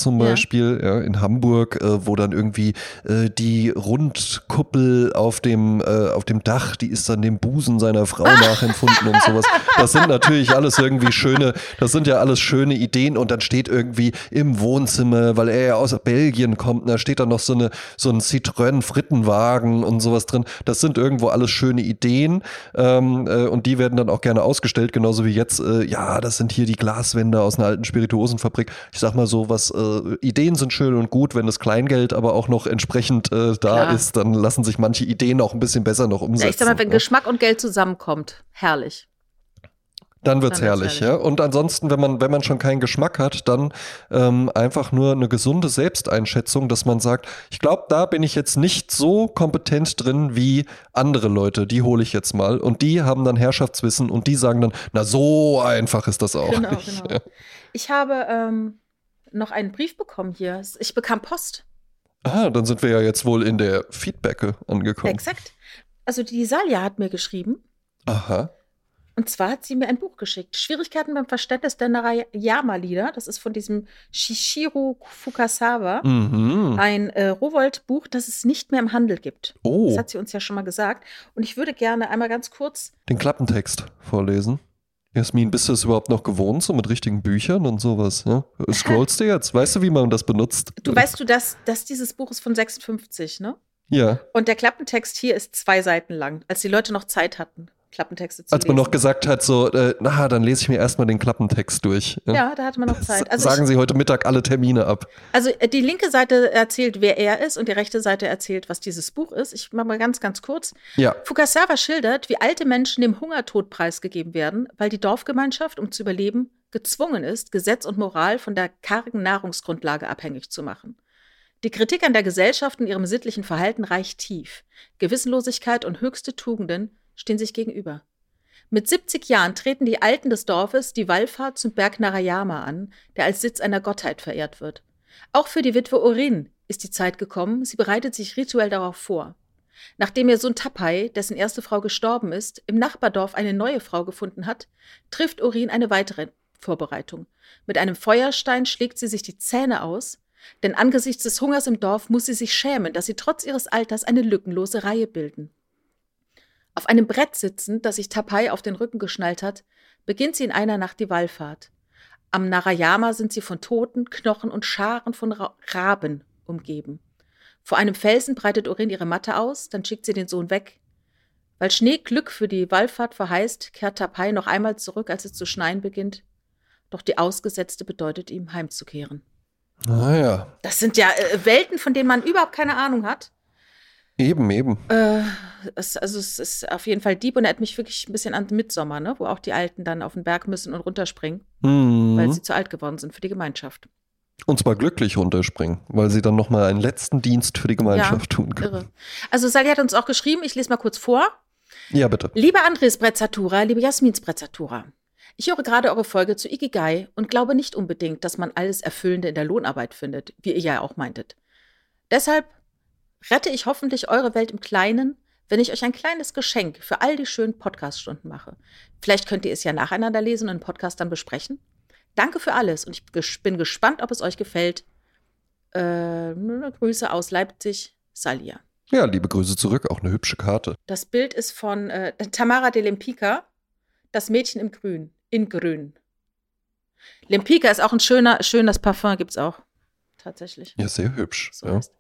zum Beispiel, ja. Ja, in Hamburg, äh, wo dann irgendwie äh, die Rundkuppel auf dem, äh, auf dem Dach, die ist dann dem Busen seiner Frau nachempfunden und sowas. Das sind natürlich alles irgendwie schöne, das sind ja alles schöne Ideen und dann steht irgendwie im Wohnzimmer, weil er ja aus Belgien kommt, und da steht dann noch so, eine, so ein Citroën-Frittenwagen und sowas drin. Das sind irgendwo alles schöne Ideen ähm, äh, und die werden dann auch gerne ausgestellt, genauso wie jetzt, äh, ja, das sind hier die Glaswände aus einer alten Spirituosenfabrik. Ich sag mal so, was äh, Ideen sind schön und gut, wenn das Kleingeld aber auch noch entsprechend äh, da Klar. ist, dann lassen sich manche Ideen auch ein bisschen besser noch umsetzen. Ja, ich sag mal, wenn ja. Geschmack und Geld zusammenkommt, herrlich. Dann wird's dann herrlich, herrlich, ja. Und ansonsten, wenn man, wenn man schon keinen Geschmack hat, dann ähm, einfach nur eine gesunde Selbsteinschätzung, dass man sagt, ich glaube, da bin ich jetzt nicht so kompetent drin wie andere Leute, die hole ich jetzt mal. Und die haben dann Herrschaftswissen und die sagen dann, na, so einfach ist das auch genau, nicht. Genau. Ja. Ich habe ähm, noch einen Brief bekommen hier. Ich bekam Post. Ah, dann sind wir ja jetzt wohl in der Feedbacke angekommen. Exakt. Also die Salia hat mir geschrieben. Aha. Und zwar hat sie mir ein Buch geschickt. Schwierigkeiten beim Verständnis der Narayama-Lieder. Das ist von diesem Shishiru Fukasawa. Mhm. Ein äh, Rowohlt-Buch, das es nicht mehr im Handel gibt. Oh. Das hat sie uns ja schon mal gesagt. Und ich würde gerne einmal ganz kurz den Klappentext vorlesen. Jasmin, bist du es überhaupt noch gewohnt, so mit richtigen Büchern und sowas? Ja? Scrollst du jetzt? Weißt du, wie man das benutzt? Du weißt du, dass, dass dieses Buch ist von sechsundfünfzig, ne? Ja. Und der Klappentext hier ist zwei Seiten lang, als die Leute noch Zeit hatten, Klappentexte zu Als lesen. man noch gesagt hat, so, äh, na, dann lese ich mir erstmal den Klappentext durch. Ja, ja da hatte man noch Zeit. Also Sagen ich, Sie heute Mittag alle Termine ab. Also die linke Seite erzählt, wer er ist und die rechte Seite erzählt, was dieses Buch ist. Ich mache mal ganz, ganz kurz. Ja. Fukasawa schildert, wie alte Menschen dem Hungertod preisgegeben werden, weil die Dorfgemeinschaft, um zu überleben, gezwungen ist, Gesetz und Moral von der kargen Nahrungsgrundlage abhängig zu machen. Die Kritik an der Gesellschaft und ihrem sittlichen Verhalten reicht tief. Gewissenlosigkeit und höchste Tugenden stehen sich gegenüber. Mit siebzig Jahren treten die Alten des Dorfes die Wallfahrt zum Berg Narayama an, der als Sitz einer Gottheit verehrt wird. Auch für die Witwe Orin ist die Zeit gekommen, sie bereitet sich rituell darauf vor. Nachdem ihr Sohn Tapai, dessen erste Frau gestorben ist, im Nachbardorf eine neue Frau gefunden hat, trifft Orin eine weitere Vorbereitung. Mit einem Feuerstein schlägt sie sich die Zähne aus, denn angesichts des Hungers im Dorf muss sie sich schämen, dass sie trotz ihres Alters eine lückenlose Reihe bilden. Auf einem Brett sitzend, das sich Tapai auf den Rücken geschnallt hat, beginnt sie in einer Nacht die Wallfahrt. Am Narayama sind sie von Toten, Knochen und Scharen von Ra- Raben umgeben. Vor einem Felsen breitet Orin ihre Matte aus, dann schickt sie den Sohn weg. Weil Schnee Glück für die Wallfahrt verheißt, kehrt Tapai noch einmal zurück, als es zu schneien beginnt. Doch die Ausgesetzte bedeutet ihm, heimzukehren. Ah ja. Das sind ja äh, Welten, von denen man überhaupt keine Ahnung hat. Eben, eben. Äh, es, also es ist auf jeden Fall deep und erinnert mich wirklich ein bisschen an Midsommar, ne? Wo auch die Alten dann auf den Berg müssen und runterspringen, mhm. weil sie zu alt geworden sind für die Gemeinschaft. Und zwar glücklich runterspringen, weil sie dann nochmal einen letzten Dienst für die Gemeinschaft ja, tun können. Irre. Also Sally hat uns auch geschrieben, ich lese mal kurz vor. Ja, bitte. Liebe Andres Brezzatura, liebe Jasmins Brezzatura. Ich höre gerade eure Folge zu Ikigai und glaube nicht unbedingt, dass man alles Erfüllende in der Lohnarbeit findet, wie ihr ja auch meintet. Deshalb rette ich hoffentlich eure Welt im Kleinen, wenn ich euch ein kleines Geschenk für all die schönen Podcast-Stunden mache. Vielleicht könnt ihr es ja nacheinander lesen und im Podcast dann besprechen. Danke für alles und ich bin gespannt, ob es euch gefällt. Äh, Grüße aus Leipzig, Salia. Ja, liebe Grüße zurück, auch eine hübsche Karte. Das Bild ist von äh, Tamara de Lempicka, das Mädchen im Grün, in Grün. Lempicka ist auch ein schöner, schönes Parfum, gibt's auch, tatsächlich. Ja, sehr hübsch. So ja. heißt.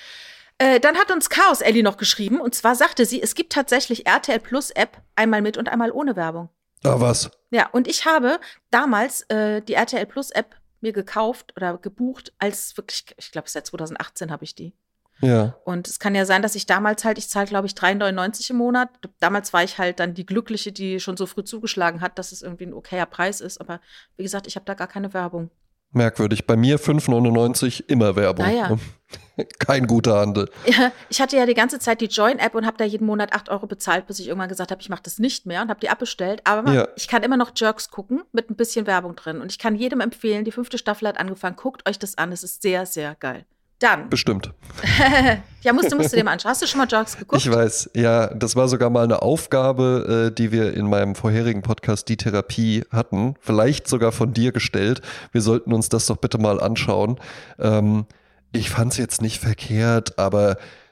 Äh, dann hat uns Chaos Ellie noch geschrieben, und zwar sagte sie, es gibt tatsächlich R T L Plus App, einmal mit und einmal ohne Werbung. Ah, was? Ja, und ich habe damals äh, die R T L Plus App mir gekauft oder gebucht, als wirklich, ich glaube, seit zwanzig achtzehn habe ich die. Ja. Und es kann ja sein, dass ich damals halt, ich zahle, glaube ich, drei neunundneunzig im Monat. Damals war ich halt dann die Glückliche, die schon so früh zugeschlagen hat, dass es irgendwie ein okayer Preis ist. Aber wie gesagt, ich habe da gar keine Werbung. Merkwürdig. Bei mir fünf neunundneunzig immer Werbung. Ah, ja. Kein guter Handel. Ja, ich hatte ja die ganze Zeit die Join-App und habe da jeden Monat acht Euro bezahlt, bis ich irgendwann gesagt habe, ich mache das nicht mehr und habe die abbestellt. Aber man, ja. ich kann immer noch Jerks gucken mit ein bisschen Werbung drin. Und ich kann jedem empfehlen, die fünfte Staffel hat angefangen. Guckt euch das an. Es ist sehr, sehr geil. Dann. Bestimmt. Ja, musst du, musst du dir mal anschauen. Hast du schon mal Jerks geguckt? Ich weiß, ja, das war sogar mal eine Aufgabe, äh, die wir in meinem vorherigen Podcast Die Therapie hatten. Vielleicht sogar von dir gestellt. Wir sollten uns das doch bitte mal anschauen. Ähm, ich fand es jetzt nicht verkehrt, aber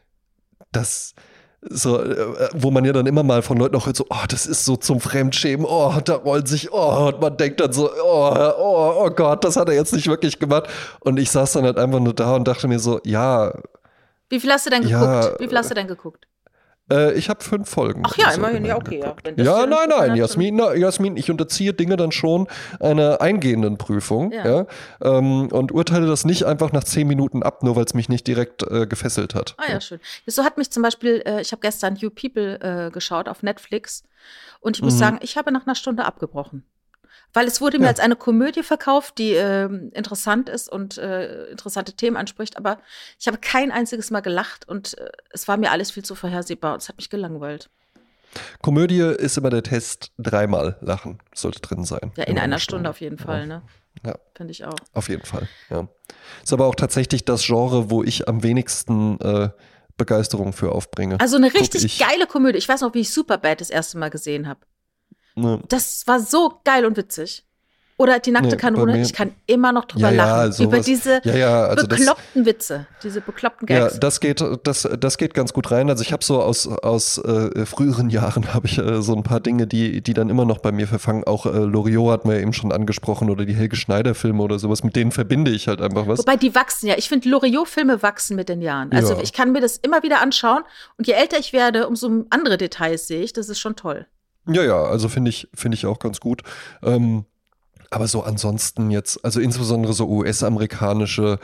das... So, wo man ja dann immer mal von Leuten auch hört, so, oh, das ist so zum Fremdschämen, oh, da rollt sich, oh, und man denkt dann so, oh, oh, oh Gott, das hat er jetzt nicht wirklich gemacht. Und ich saß dann halt einfach nur da und dachte mir so, ja. Wie viel hast du denn geguckt? Ja, Wie viel hast du denn geguckt? Äh, ich habe fünf Folgen. Ach ja, immerhin, ja, okay. Ja, ja nein, nein, Jasmin, na, Jasmin, ich unterziehe Dinge dann schon einer eingehenden Prüfung, ja, ja ähm, und urteile das nicht einfach nach zehn Minuten ab, nur weil es mich nicht direkt äh, gefesselt hat. Ah ja, ja, schön. So hat mich zum Beispiel, äh, ich habe gestern You People äh, geschaut auf Netflix und ich muss mhm. sagen, ich habe nach einer Stunde abgebrochen. Weil es wurde mir ja. als eine Komödie verkauft, die äh, interessant ist und äh, interessante Themen anspricht, aber ich habe kein einziges Mal gelacht und äh, es war mir alles viel zu vorhersehbar und es hat mich gelangweilt. Komödie ist immer der Test, dreimal lachen sollte drin sein. Ja, in, in einer Stunde, Stunde auf jeden Fall, ja. ne? Ja. Finde ich auch. Auf jeden Fall, ja. Ist aber auch tatsächlich das Genre, wo ich am wenigsten äh, Begeisterung für aufbringe. Also eine richtig geile Komödie. Ich weiß noch, wie ich Superbad das erste Mal gesehen habe. Ne. Das war so geil und witzig. Oder die nackte nee, Kanone, ich kann immer noch drüber ja, lachen. Ja, sowas, über diese ja, ja, also bekloppten das, Witze, diese bekloppten Gags. Ja, das geht, das, das geht ganz gut rein. Also ich habe so aus, aus äh, früheren Jahren habe ich äh, so ein paar Dinge, die, die dann immer noch bei mir verfangen. Auch äh, Loriot hat man ja eben schon angesprochen oder die Helge Schneider-Filme oder sowas. Mit denen verbinde ich halt einfach was. Wobei die wachsen ja. Ich finde, Loriot-Filme wachsen mit den Jahren. Also ja. ich kann mir das immer wieder anschauen. Und je älter ich werde, umso andere Details sehe ich. Das ist schon toll. Ja, ja, also finde ich, finde ich auch ganz gut. Ähm, Aber so ansonsten jetzt, also insbesondere so U S-amerikanische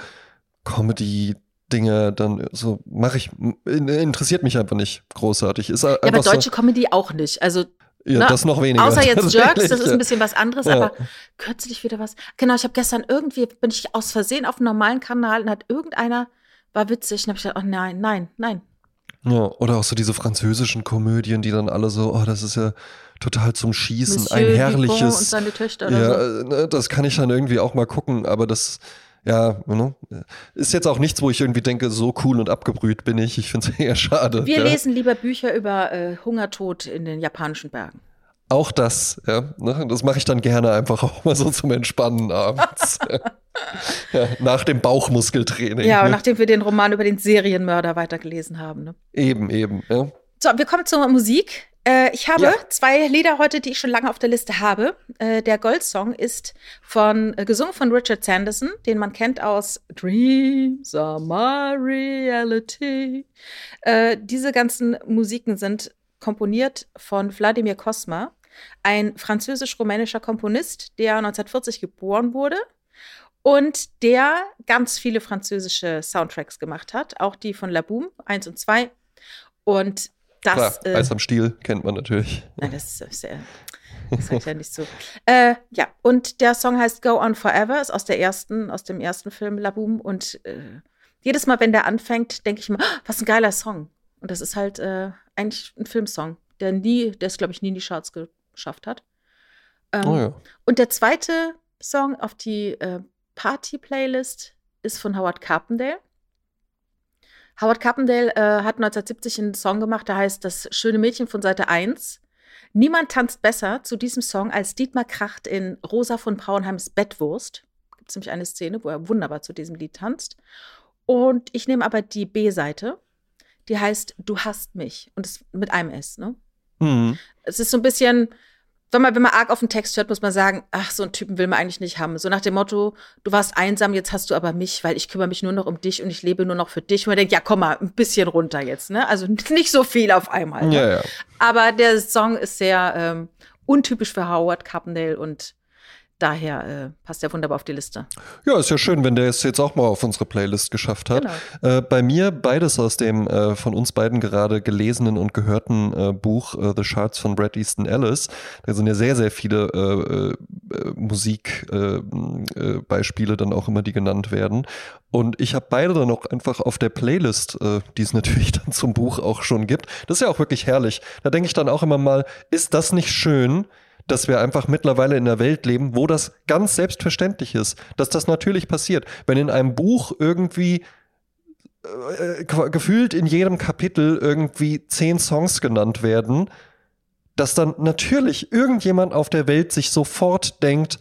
Comedy-Dinge, dann so mache ich, interessiert mich einfach nicht großartig. Ist ja, aber deutsche so, Comedy auch nicht. Also ja, ne, das noch weniger. Außer jetzt Jerks, das ist ein bisschen was anderes, ja. aber kürzlich wieder was. Genau, ich habe gestern irgendwie, bin ich aus Versehen auf einem normalen Kanal und hat irgendeiner, war witzig, und habe ich gedacht, oh nein, nein, nein. Ja, oder auch so diese französischen Komödien, die dann alle so, oh, das ist ja total zum Schießen, Monsieur ein herrliches. Dupont und seine Töchter oder ja, so. Ne, das kann ich dann irgendwie auch mal gucken, aber das, ja, ne, ist jetzt auch nichts, wo ich irgendwie denke, so cool und abgebrüht bin ich. Ich finde es eher schade. Wir ja. lesen lieber Bücher über äh, Hungertod in den japanischen Bergen. Auch das, ja, ne, das mache ich dann gerne einfach auch mal so zum Entspannen abends. Ja, nach dem Bauchmuskeltraining. Ja, ne? nachdem wir den Roman über den Serienmörder weitergelesen haben. Ne? Eben, eben, ja. So, wir kommen zur Musik. Äh, ich habe ja. zwei Lieder heute, die ich schon lange auf der Liste habe. Äh, der Goldsong ist von, äh, gesungen von Richard Sanderson, den man kennt aus Dreams are my reality. Äh, diese ganzen Musiken sind komponiert von Wladimir Cosma, ein französisch-rumänischer Komponist, der neunzehnhundertvierzig geboren wurde und der ganz viele französische Soundtracks gemacht hat, auch die von La Boom eins und zwei. Und das. Klar, Eis am Stiel kennt man natürlich. Nein, das ist sehr. Das sagt ja nicht so. Äh, ja, und der Song heißt Go On Forever, ist aus der ersten, aus dem ersten Film La Boom. Und äh, jedes Mal, wenn der anfängt, denke ich mir, oh, was ein geiler Song. Und das ist halt äh, eigentlich ein Filmsong, der nie, der es, glaube ich, nie in die Charts geschafft hat. Ähm, oh ja. Und der zweite Song auf die äh, Party-Playlist ist von Howard Carpendale. Howard Carpendale äh, hat neunzehnhundertsiebzig einen Song gemacht, der heißt Das schöne Mädchen von Seite eins. Niemand tanzt besser zu diesem Song als Dietmar Kracht in Rosa von Pauenheims Bettwurst. Gibt es nämlich eine Szene, wo er wunderbar zu diesem Lied tanzt. Und ich nehme aber die B-Seite, die heißt Du hast mich. Und es mit einem S, ne? Mhm. Es ist so ein bisschen, wenn man, wenn man arg auf den Text hört, muss man sagen, ach, so einen Typen will man eigentlich nicht haben. So nach dem Motto, du warst einsam, jetzt hast du aber mich, weil ich kümmere mich nur noch um dich und ich lebe nur noch für dich. Und man denkt, ja, komm mal, ein bisschen runter jetzt, ne? Also nicht so viel auf einmal. Ne? Ja, ja. Aber der Song ist sehr ähm, untypisch für Howard Carpendale und daher äh, passt er wunderbar auf die Liste. Ja, ist ja schön, wenn der es jetzt auch mal auf unsere Playlist geschafft hat. Genau. Äh, bei mir beides aus dem äh, von uns beiden gerade gelesenen und gehörten äh, Buch äh, The Shards von Bret Easton Ellis. Da sind ja sehr, sehr viele äh, äh, Musikbeispiele äh, äh, dann auch immer, die genannt werden. Und ich habe beide dann auch einfach auf der Playlist, äh, die es natürlich dann zum Buch auch schon gibt. Das ist ja auch wirklich herrlich. Da denke ich dann auch immer mal, ist das nicht schön, dass wir einfach mittlerweile in einer Welt leben, wo das ganz selbstverständlich ist, dass das natürlich passiert. Wenn in einem Buch irgendwie äh, gefühlt in jedem Kapitel irgendwie zehn Songs genannt werden, dass dann natürlich irgendjemand auf der Welt sich sofort denkt,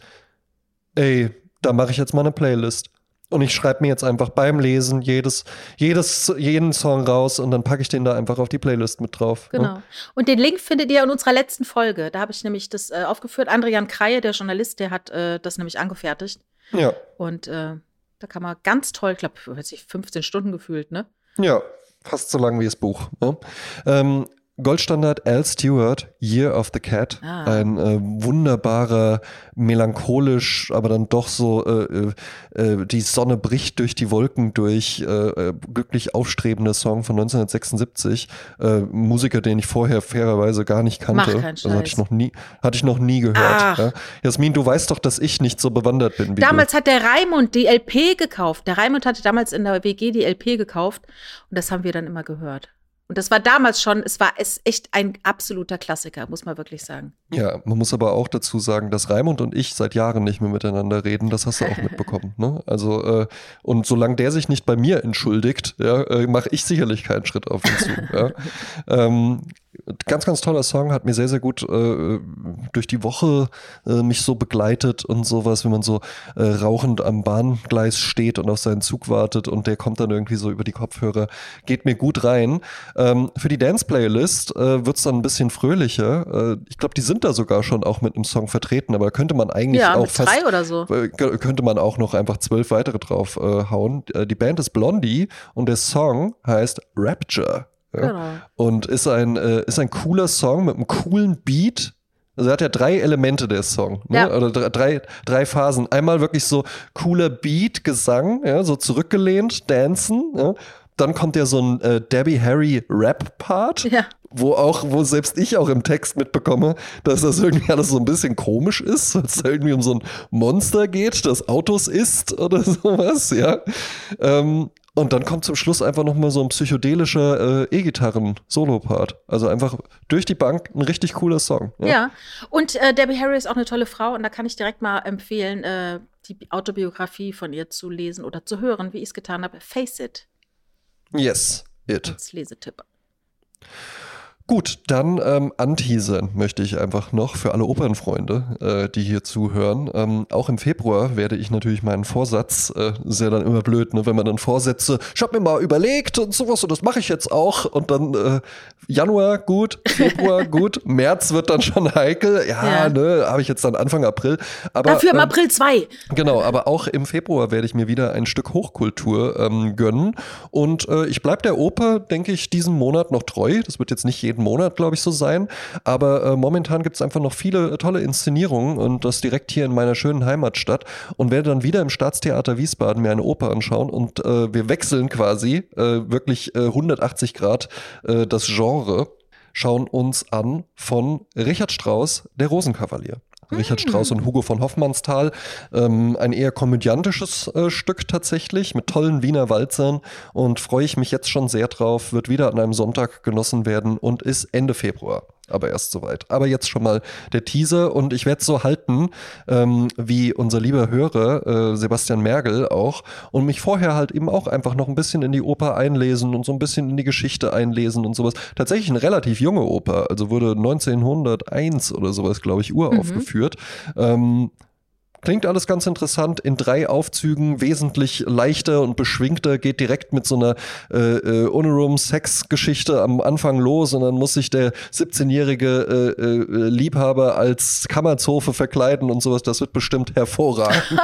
ey, da mache ich jetzt mal eine Playlist. Und ich schreibe mir jetzt einfach beim Lesen jedes, jedes, jeden Song raus und dann packe ich den da einfach auf die Playlist mit drauf. Genau. Ne? Und den Link findet ihr in unserer letzten Folge. Da habe ich nämlich das äh, aufgeführt. Andrian Kreie, der Journalist, der hat äh, das nämlich angefertigt. Ja. Und äh, da kann man ganz toll, ich glaube, fünfzehn Stunden gefühlt, ne? Ja, fast so lang wie das Buch. Ne? Ähm, Goldstandard Al Stewart, Year of the Cat. Ah. Ein äh, wunderbarer, melancholisch, aber dann doch so äh, äh, die Sonne bricht durch die Wolken durch, äh, glücklich aufstrebender Song von neunzehnhundertsechsundsiebzig. Äh, Musiker, den ich vorher fairerweise gar nicht kannte. Mach keinen Scheiß. Also hatte ich noch nie, hatte ich noch nie gehört. Ja? Jasmin, du weißt doch, dass ich nicht so bewandert bin wie damals du. Hat der Raimund die L P gekauft. Der Raimund hatte damals in der W G die L P gekauft und das haben wir dann immer gehört. Und das war damals schon, es war es echt ein absoluter Klassiker, muss man wirklich sagen. Ja, man muss aber auch dazu sagen, dass Raimund und ich seit Jahren nicht mehr miteinander reden. Das hast du auch mitbekommen. Ne? Also, äh, und solange der sich nicht bei mir entschuldigt, ja, äh, mache ich sicherlich keinen Schritt auf ihn zu. Ja? ähm, ganz, ganz toller Song, hat mir sehr, sehr gut äh, durch die Woche äh, mich so begleitet und sowas, wenn man so äh, rauchend am Bahngleis steht und auf seinen Zug wartet und der kommt dann irgendwie so über die Kopfhörer, geht mir gut rein. Ähm, für die Dance-Playlist äh, wird es dann ein bisschen fröhlicher. Äh, ich glaube, die sind da sogar schon auch mit einem Song vertreten, aber da könnte man eigentlich ja, auch mit fast drei oder so. Äh, könnte man auch noch einfach zwölf weitere drauf äh, hauen. Äh, die Band ist Blondie und der Song heißt Rapture. Ja? Genau. Und ist ein, äh, ist ein cooler Song mit einem coolen Beat. Also er hat ja drei Elemente, der Song, ne? Ja. Oder drei, drei Phasen. Einmal wirklich so cooler Beat, Gesang, ja, so zurückgelehnt, Dancen. Ja? Dann kommt ja so ein äh, Debbie Harry Rap-Part, ja. wo auch, wo selbst ich auch im Text mitbekomme, dass das irgendwie alles so ein bisschen komisch ist, dass es irgendwie um so ein Monster geht, das Autos isst oder sowas, ja. Ähm, Und dann kommt zum Schluss einfach nochmal so ein psychedelischer äh, E-Gitarren-Solo-Part. Also einfach durch die Bank ein richtig cooler Song. Ja, ja. Und äh, Debbie Harry ist auch eine tolle Frau und da kann ich direkt mal empfehlen, äh, die Autobiografie von ihr zu lesen oder zu hören, wie ich es getan habe. Face It. Yes, it. Als Lesetipp. Gut, dann ähm, anteasern möchte ich einfach noch für alle Opernfreunde, äh, die hier zuhören. Ähm, auch im Februar werde ich natürlich meinen Vorsatz, äh, ist ja dann immer blöd, ne, wenn man dann Vorsätze, ich habe mir mal überlegt und sowas und das mache ich jetzt auch. Und dann äh, Januar gut, Februar gut, März wird dann schon heikel. Ja, ja. ne, habe ich jetzt dann Anfang April. Aber, Dafür im ähm, April zwei. Genau, aber auch im Februar werde ich mir wieder ein Stück Hochkultur ähm, gönnen. Und äh, ich bleibe der Oper, denke ich, diesen Monat noch treu. Das wird jetzt nicht jeden Monat, glaube ich, so sein. Aber äh, momentan gibt es einfach noch viele tolle Inszenierungen und das direkt hier in meiner schönen Heimatstadt und werde dann wieder im Staatstheater Wiesbaden mir eine Oper anschauen und äh, wir wechseln quasi äh, wirklich äh, hundertachtzig Grad äh, das Genre, schauen uns an von Richard Strauss, der Rosenkavalier. Richard Strauss und Hugo von Hofmannsthal. Ähm, ein eher komödiantisches äh, Stück tatsächlich, mit tollen Wiener Walzern und freue ich mich jetzt schon sehr drauf. Wird wieder an einem Sonntag genossen werden und ist Ende Februar. Aber erst soweit. Aber jetzt schon mal der Teaser und ich werde es so halten, ähm, wie unser lieber Hörer, äh, Sebastian Mergel auch und mich vorher halt eben auch einfach noch ein bisschen in die Oper einlesen und so ein bisschen in die Geschichte einlesen und sowas. Tatsächlich eine relativ junge Oper, also wurde neunzehnhunderteins oder sowas, glaube ich, uraufgeführt. Mhm. Ähm, Klingt alles ganz interessant, in drei Aufzügen, wesentlich leichter und beschwingter, geht direkt mit so einer äh, äh, Honorum-Sex-Geschichte am Anfang los und dann muss sich der siebzehnjährige äh, äh, Liebhaber als Kammerzofe verkleiden und sowas, das wird bestimmt hervorragend.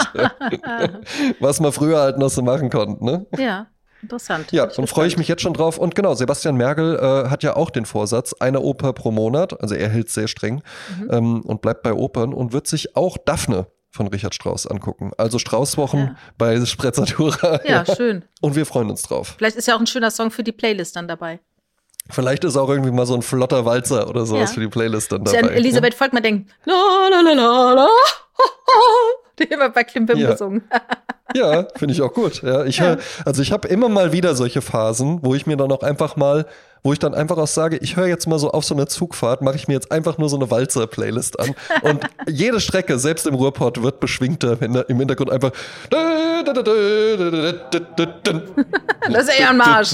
Was man früher halt noch so machen konnte, ne? Ja. Interessant. Ja, und freue ich mich jetzt schon drauf. Und genau, Sebastian Mergel äh, hat ja auch den Vorsatz, eine Oper pro Monat, also er hält sehr streng mhm. ähm, und bleibt bei Opern und wird sich auch Daphne von Richard Strauss angucken. Also Strauß-Wochen ja. bei Sprezzatura. Ja, schön. Und wir freuen uns drauf. Vielleicht ist ja auch ein schöner Song für die Playlist dann dabei. Vielleicht ist auch irgendwie mal so ein flotter Walzer oder sowas ja. für die Playlist dann dabei. An Elisabeth ja? Volkmann denkt, la la la la la, die immer bei Klimbim ja. gesungen. Ja, finde ich auch gut. Ja, ich, ja. Also ich habe immer mal wieder solche Phasen, wo ich mir dann auch einfach mal wo ich dann einfach auch sage, ich höre jetzt mal so auf so einer Zugfahrt, mache ich mir jetzt einfach nur so eine Walzer-Playlist an. Und jede Strecke, selbst im Ruhrpott, wird beschwingter im Hintergrund einfach. Das ist eher ein Marsch.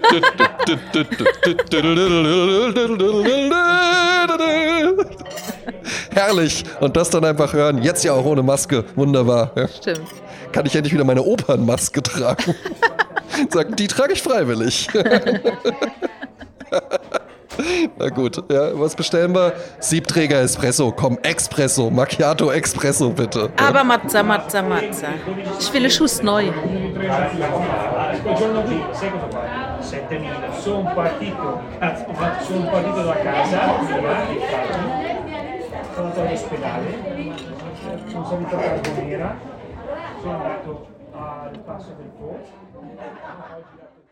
Herrlich. Und das dann einfach hören. Jetzt ja auch ohne Maske. Wunderbar. Ja. Stimmt. Kann ich endlich wieder meine Opernmaske tragen. Sagt, die trage ich freiwillig. Na gut, ja, was bestellen wir? Siebträger Espresso, komm, Espresso, Macchiato Espresso bitte. Aber Mazza, Mazza, Mazza. Ich will Schuss neu. Sono partito, sono partito da casa, sono andato all'ospedale, sono salito a Carbonera, sono andato al Passo del Po.